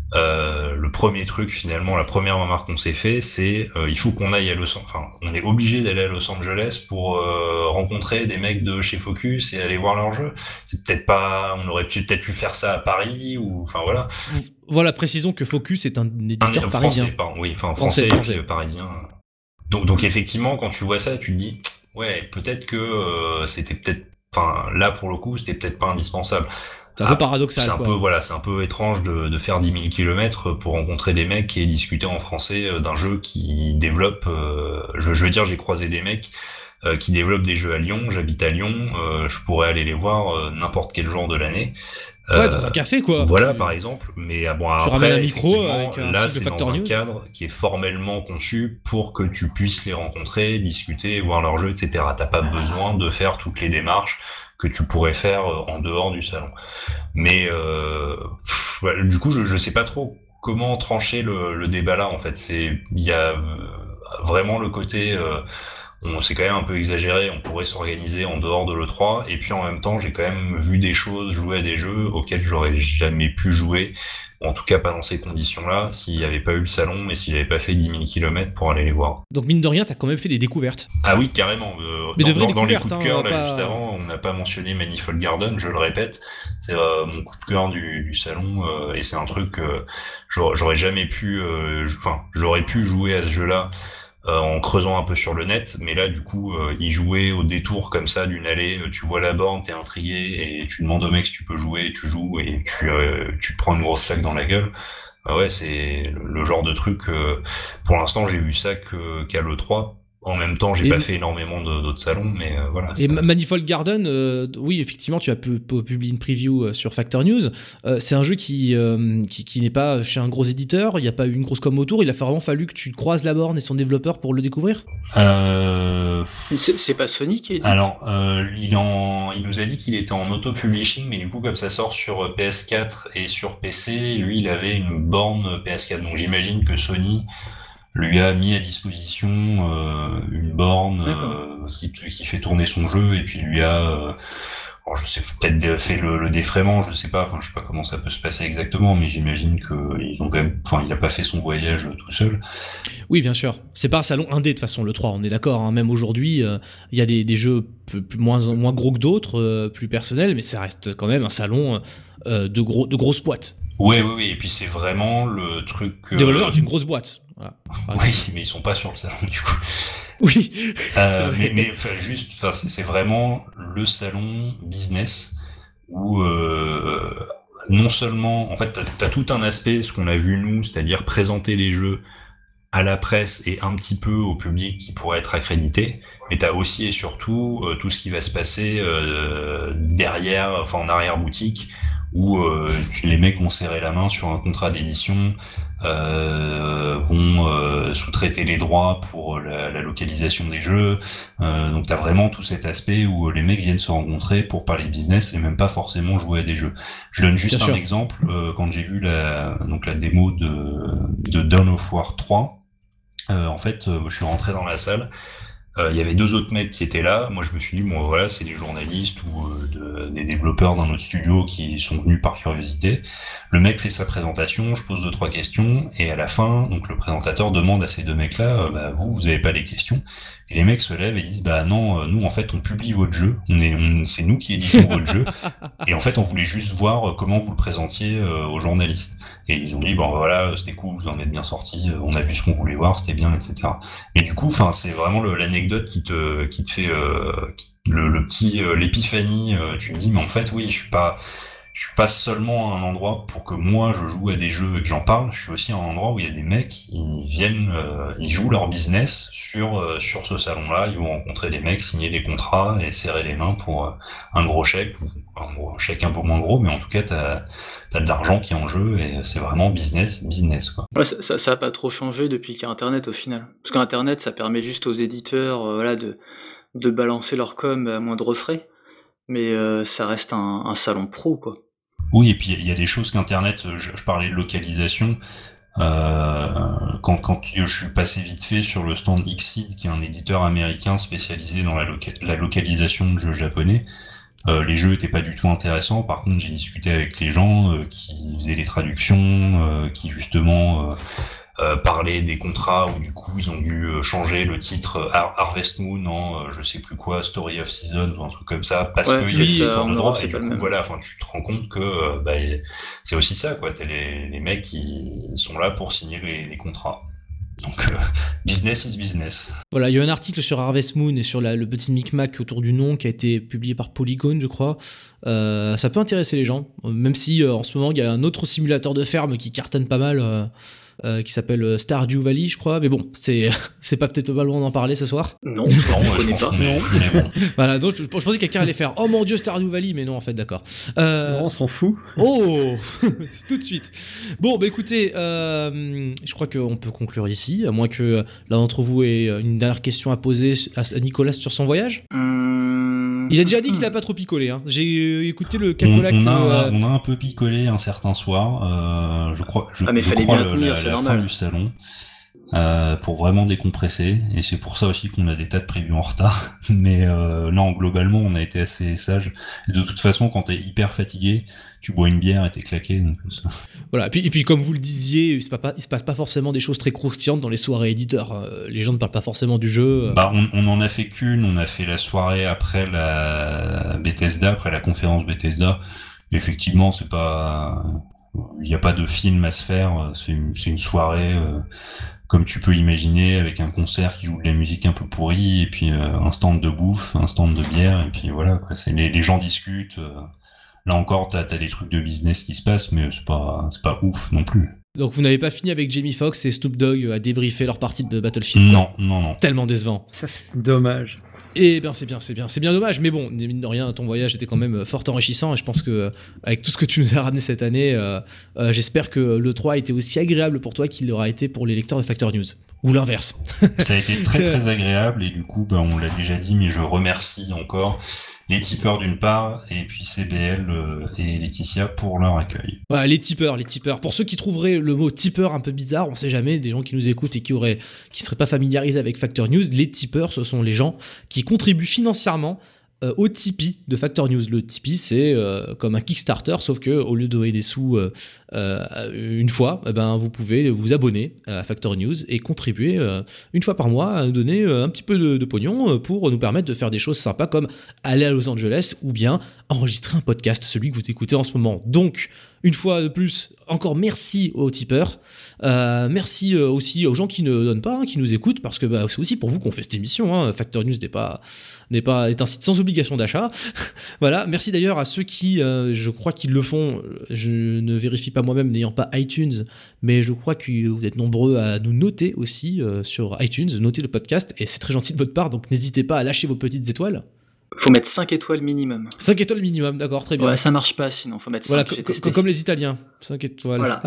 Euh, le premier truc, finalement, la première remarque qu'on s'est fait, c'est euh, il faut qu'on aille à Los, enfin, on est obligé d'aller à Los Angeles pour euh, rencontrer des mecs de chez Focus et aller voir leur jeu. C'est peut-être pas, on aurait pu, peut-être pu faire ça à Paris ou, enfin voilà. Voilà, précisons que Focus est un éditeur un, parisien. Français, pardon, oui, enfin français, français, français. Et parisien. Donc, donc effectivement, quand tu vois ça, tu te dis. Ouais, peut-être que euh, c'était peut-être, enfin là pour le coup, c'était peut-être pas indispensable. C'est un ah, peu paradoxal. C'est un quoi. peu, voilà, c'est un peu étrange de, de faire dix mille kilomètres pour rencontrer des mecs et discuter en français d'un jeu qui développe. Euh, je, je veux dire, j'ai croisé des mecs euh, qui développent des jeux à Lyon. J'habite à Lyon. Euh, je pourrais aller les voir euh, n'importe quel jour de l'année. Ouais, euh, dans un café, quoi. Voilà, par exemple. Mais bon, tu après, un micro avec un là, c'est dans Factor un News. cadre qui est formellement conçu pour que tu puisses les rencontrer, discuter, voir leur jeu, et cetera. T'as pas besoin de faire toutes les démarches que tu pourrais faire en dehors du salon. Mais euh, pff, ouais, du coup, je, je sais pas trop comment trancher le, le débat là. En fait, c'est il y a vraiment le côté. Euh, On, c'est quand même un peu exagéré, on pourrait s'organiser en dehors de l'E trois, et puis en même temps, j'ai quand même vu des choses, jouer à des jeux auxquels j'aurais jamais pu jouer, en tout cas pas dans ces conditions-là, s'il n'y avait pas eu le salon et s'il n'avait pas fait dix mille kilomètres pour aller les voir. Donc mine de rien, t'as quand même fait des découvertes. Ah oui, carrément. Euh, Mais dans, de vraies dans, dans les découvertes, coups de cœur, hein, là, pas... juste avant, on n'a pas mentionné Manifold Garden, je le répète, c'est euh, mon coup de cœur du, du salon, euh, et c'est un truc que euh, j'aurais, j'aurais jamais pu, enfin, euh, j'aurais pu jouer à ce jeu-là, Euh, en creusant un peu sur le net, mais là du coup euh, y jouer au détour comme ça d'une allée, tu vois la borne, t'es intrigué et tu demandes au mec si tu peux jouer, tu joues et tu euh, tu te prends une grosse claque dans la gueule. Ah ouais, c'est le, le genre de truc. Euh, pour l'instant, j'ai vu ça que qu'à l'E trois. En même temps, j'ai et pas fait énormément de, d'autres salons, mais euh, voilà. Et ça... Manifold Garden, euh, oui, effectivement, tu as pu, pu publier une preview euh, sur Factor News. Euh, c'est un jeu qui, euh, qui qui n'est pas chez un gros éditeur. Il n'y a pas eu une grosse com autour. Il a vraiment fallu que tu croises la borne et son développeur pour le découvrir. Euh... C'est, c'est pas Sony qui est dit. Alors, euh, il en, il nous a dit qu'il était en auto-publishing, mais du coup, comme ça sort sur P S quatre et sur P C, lui, il avait une borne P S quatre. Donc, j'imagine que Sony lui a mis à disposition euh, une borne euh, qui, qui fait tourner son jeu et puis lui a euh, bon, je sais peut-être fait le, le défraiement, je sais pas, enfin je sais pas comment ça peut se passer exactement, mais j'imagine que ils ont quand même, enfin il a pas fait son voyage tout seul. Oui, bien sûr. C'est pas un salon indé de toute façon, le trois, on est d'accord. Hein. Même aujourd'hui, il euh, y a des, des jeux plus, plus, moins, moins gros que d'autres, euh, plus personnels, mais ça reste quand même un salon euh, de, gros, de grosses boîtes. Ouais, oui, oui, et puis c'est vraiment le truc... Euh... Devolver est une grosse boîte. Voilà. Oui, mais ils sont pas sur le salon du coup. Oui. euh, mais mais enfin, juste, enfin, c'est, c'est vraiment le salon business où euh, non seulement, en fait, t'as, t'as tout un aspect, ce qu'on a vu nous, c'est-à-dire présenter les jeux à la presse et un petit peu au public qui pourrait être accrédité, mais t'as aussi et surtout euh, tout ce qui va se passer euh, derrière, enfin en arrière-boutique, où euh, les mecs vont serrer la main sur un contrat d'édition, euh, vont euh, sous-traiter les droits pour la, la localisation des jeux, euh, donc t'as vraiment tout cet aspect où les mecs viennent se rencontrer pour parler business et même pas forcément jouer à des jeux. Je donne juste Bien un sûr. exemple, euh, quand j'ai vu la, donc la démo de, de Dawn of War trois, euh, en fait euh, je suis rentré dans la salle, il euh, y avait deux autres mecs qui étaient là. Moi, je me suis dit, bon, voilà, c'est des journalistes ou euh, de, des développeurs dans notre studio qui sont venus par curiosité. Le mec fait sa présentation, je pose deux trois questions, et à la fin, donc le présentateur demande à ces deux mecs-là, euh, bah vous, vous avez pas les questions. Et les mecs se lèvent et disent, bah non, nous, en fait, on publie votre jeu. On est, on, c'est nous qui éditons votre jeu. Et en fait, on voulait juste voir comment vous le présentiez euh, aux journalistes. Et ils ont dit, bon, voilà, c'était cool, vous en êtes bien sortis, on a vu ce qu'on voulait voir, c'était bien, et cetera. Mais du coup, enfin, c'est vraiment le, l'anecdote qui te qui te fait euh, qui, le, le petit euh, l'épiphanie. Euh, tu me dis, mais en fait, oui, je suis pas je suis pas seulement à un endroit pour que moi je joue à des jeux et que j'en parle. Je suis aussi à un endroit où il y a des mecs, ils viennent, euh, ils jouent leur business sur euh, sur ce salon-là. Ils vont rencontrer des mecs, signer des contrats et serrer les mains pour euh, un gros chèque, un gros chèque un peu moins gros, mais en tout cas t'as t'as de l'argent qui est en jeu et c'est vraiment business, business quoi. Ouais, ça, ça, ça a pas trop changé depuis qu'il y a Internet au final. Parce qu'Internet, ça permet juste aux éditeurs, euh, voilà, de de balancer leur com à moindre frais, mais euh, ça reste un, un salon pro quoi. Oui, et puis il y a des choses qu'Internet, je, je parlais de localisation, euh, quand, quand je suis passé vite fait sur le stand Xseed, qui est un éditeur américain spécialisé dans la, loca- la localisation de jeux japonais, euh, les jeux étaient pas du tout intéressants. Par contre, j'ai discuté avec les gens euh, qui faisaient les traductions, euh, qui justement... Euh, Euh, parler des contrats où du coup ils ont dû changer le titre Har- Harvest Moon en euh, je sais plus quoi, Story of Seasons ou un truc comme ça parce ouais, que il y a des histoires en de Europe, droit c'est et pas du le coup même. voilà, enfin tu te rends compte que euh, bah, c'est aussi ça quoi, t'as les, les mecs qui sont là pour signer les, les contrats. Donc euh, business is business. Voilà, il y a un article sur Harvest Moon et sur la, le petit micmac autour du nom qui a été publié par Polygon, je crois. Euh, ça peut intéresser les gens, même si euh, en ce moment il y a un autre simulateur de ferme qui cartonne pas mal. Euh... Euh, qui s'appelle Stardew Valley, je crois, mais bon, c'est c'est pas peut-être pas loin d'en parler ce soir. Non, non, je je connais pas. Non. Bon. Voilà, donc je, je pensais que quelqu'un allait faire oh mon dieu Stardew Valley, mais non en fait d'accord. Euh... Non, on s'en fout. Oh, tout de suite. Bon, bah écoutez, euh, je crois qu'on peut conclure ici, à moins que l'un d'entre vous ait une dernière question à poser à Nicolas sur son voyage. Hum... Il a déjà dit qu'il a pas trop picolé. Hein. J'ai écouté le cacolac. On, on, a, euh... on a un peu picolé un certain soir. Euh, je crois, je, ah, mais je fallait crois bien le, tenir, la, c'est la normal. fin du salon. Euh, pour vraiment décompresser, et c'est pour ça aussi qu'on a des tas de prévus en retard. Mais euh, non, globalement, on a été assez sage. Et de toute façon, quand t'es hyper fatigué, tu bois une bière et t'es claqué. Donc ça. Voilà. Et puis, et puis, comme vous le disiez, il se passe pas, il se passe pas forcément des choses très croustillantes dans les soirées éditeurs. Euh, les gens ne parlent pas forcément du jeu. Bah, on, on en a fait qu'une. On a fait la soirée après la Bethesda, après la conférence Bethesda. Et effectivement, c'est pas, il n'y a pas de film à se faire. C'est une, c'est une soirée. Euh, comme tu peux imaginer, avec un concert qui joue de la musique un peu pourrie, et puis euh, un stand de bouffe, un stand de bière, et puis voilà, quoi. C'est, les, les gens discutent. Euh, là encore, t'as, t'as des trucs de business qui se passent, mais c'est pas, c'est pas ouf non plus. Donc vous n'avez pas fini avec Jamie Foxx et Snoop Dogg à débriefer leur partie de Battlefield. Non, non, non. Tellement décevant. Ça, c'est dommage. Eh bien, c'est bien, c'est bien, c'est bien dommage, mais bon, mine de rien, ton voyage était quand même fort enrichissant, et je pense que avec tout ce que tu nous as ramené cette année, euh, euh, j'espère que le trois a été aussi agréable pour toi qu'il l'aura été pour les lecteurs de Factor News. Ou l'inverse. Ça a été très très agréable, et du coup, bah, on l'a déjà dit, mais je remercie encore les tipeurs d'une part, et puis C B L euh, et Laetitia pour leur accueil. Voilà, les tipeurs, les tipeurs. Pour ceux qui trouveraient le mot tipeur un peu bizarre, on sait jamais, des gens qui nous écoutent et qui auraient, qui seraient pas familiarisés avec Factor News, les tipeurs, ce sont les gens qui contribuent financièrement euh, au Tipeee de Factor News. Le Tipeee, c'est euh, comme un Kickstarter, sauf que au lieu de donner des sous euh, euh, une fois, eh ben, vous pouvez vous abonner à Factor News et contribuer euh, une fois par mois à nous donner euh, un petit peu de, de pognon pour nous permettre de faire des choses sympas comme aller à Los Angeles ou bien enregistrer un podcast, celui que vous écoutez en ce moment. Donc, une fois de plus, encore merci aux tipeurs. Euh, merci euh, aussi aux gens qui ne donnent pas, hein, qui nous écoutent, parce que bah, c'est aussi pour vous qu'on fait cette émission. Hein. Factor News n'est pas, n'est pas, est un site sans obligation d'achat. Voilà. Merci d'ailleurs à ceux qui, euh, je crois qu'ils le font. Je ne vérifie pas moi-même, n'ayant pas iTunes, mais je crois que vous êtes nombreux à nous noter aussi euh, sur iTunes, noter le podcast, et c'est très gentil de votre part. Donc n'hésitez pas à lâcher vos petites étoines. Faut mettre cinq étoiles minimum. cinq étoiles minimum, d'accord, très bien. Ouais, ça marche pas sinon, faut mettre cinq, voilà, j'ai co- testé. comme les Italiens, cinq étoiles. Voilà.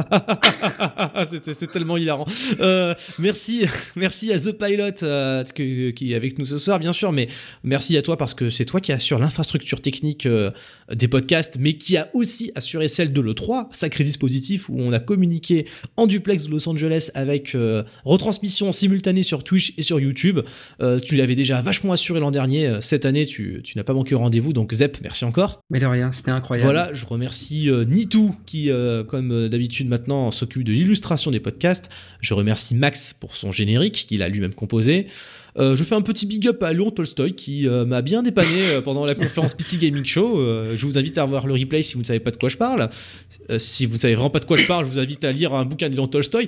c'est, c'est, c'est tellement hilarant. Euh, merci, merci à The Pilot euh, que, qui est avec nous ce soir, bien sûr, mais merci à toi parce que c'est toi qui assure l'infrastructure technique euh, des podcasts, mais qui a aussi assuré celle de l'E trois, sacré dispositif où on a communiqué en duplex de Los Angeles avec euh, retransmission simultanée sur Twitch et sur YouTube. Euh, tu l'avais déjà vachement assuré l'an dernier, cette année tu Tu n'as pas manqué au rendez-vous, donc Zep, merci encore. Mais de rien, c'était incroyable. Voilà, je remercie euh, Nitou qui, euh, comme euh, d'habitude maintenant, s'occupe de l'illustration des podcasts. Je remercie Max pour son générique qu'il a lui-même composé. Euh, je fais un petit big up à Léon Tolstoy qui euh, m'a bien dépanné euh, pendant la conférence P C Gaming Show. Euh, je vous invite à revoir le replay si vous ne savez pas de quoi je parle. Euh, si vous ne savez vraiment pas de quoi je parle, je vous invite à lire un bouquin de Léon Tolstoy.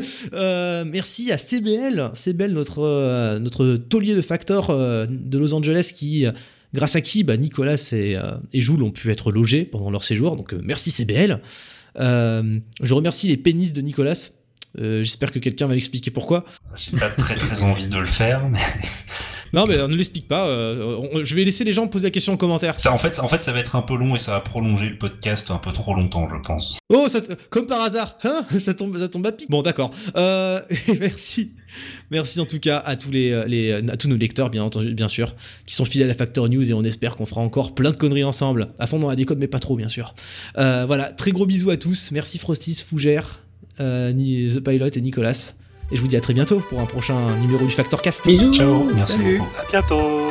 euh, merci à C B L, C B L notre, euh, notre taulier de Factor euh, de Los Angeles qui... Euh, grâce à qui bah, Nicolas et, euh, et Jules ont pu être logés pendant leur séjour, donc euh, merci C B L. Euh, je remercie les pénis de Nicolas. Euh, j'espère que quelqu'un va m'expliquer pourquoi. J'ai pas très très envie de le faire, mais... Non, mais ne l'explique pas. Euh, on, je vais laisser les gens poser la question en commentaire. Ça, en fait, en fait, ça va être un peu long et ça va prolonger le podcast un peu trop longtemps, je pense. Oh, ça t- comme par hasard, hein, ça tombe, ça tombe à pic. Bon, d'accord. Euh, et merci, merci en tout cas à tous les, les, à tous nos lecteurs, bien entendu, bien sûr, qui sont fidèles à Factor News et on espère qu'on fera encore plein de conneries ensemble, à fond dans la décode, mais pas trop, bien sûr. Euh, voilà, très gros bisous à tous. Merci Frostis, Fougère, euh, The Pilot et Nicolas. Et je vous dis à très bientôt pour un prochain numéro du Factor Cast. Bisous. Ciao, merci Salut. beaucoup. À bientôt.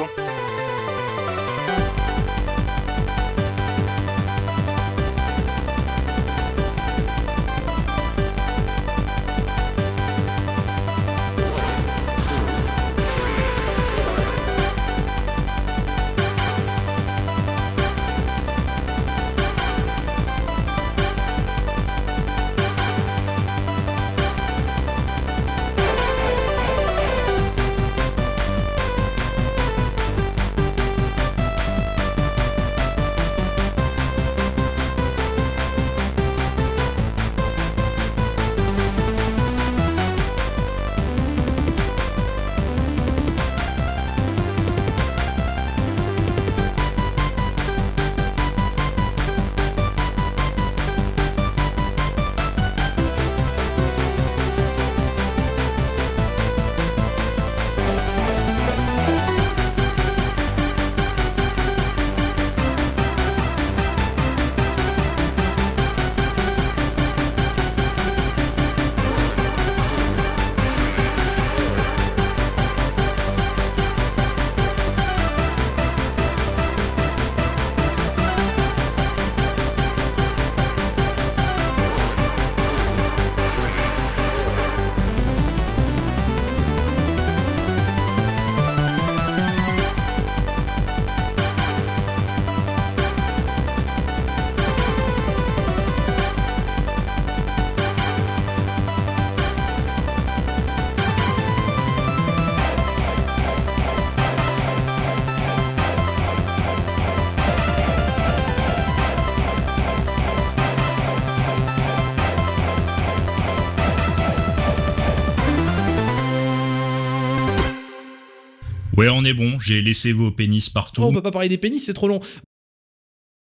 Ouais, on est bon, j'ai laissé vos pénis partout. Oh, on peut pas parler des pénis, c'est trop long.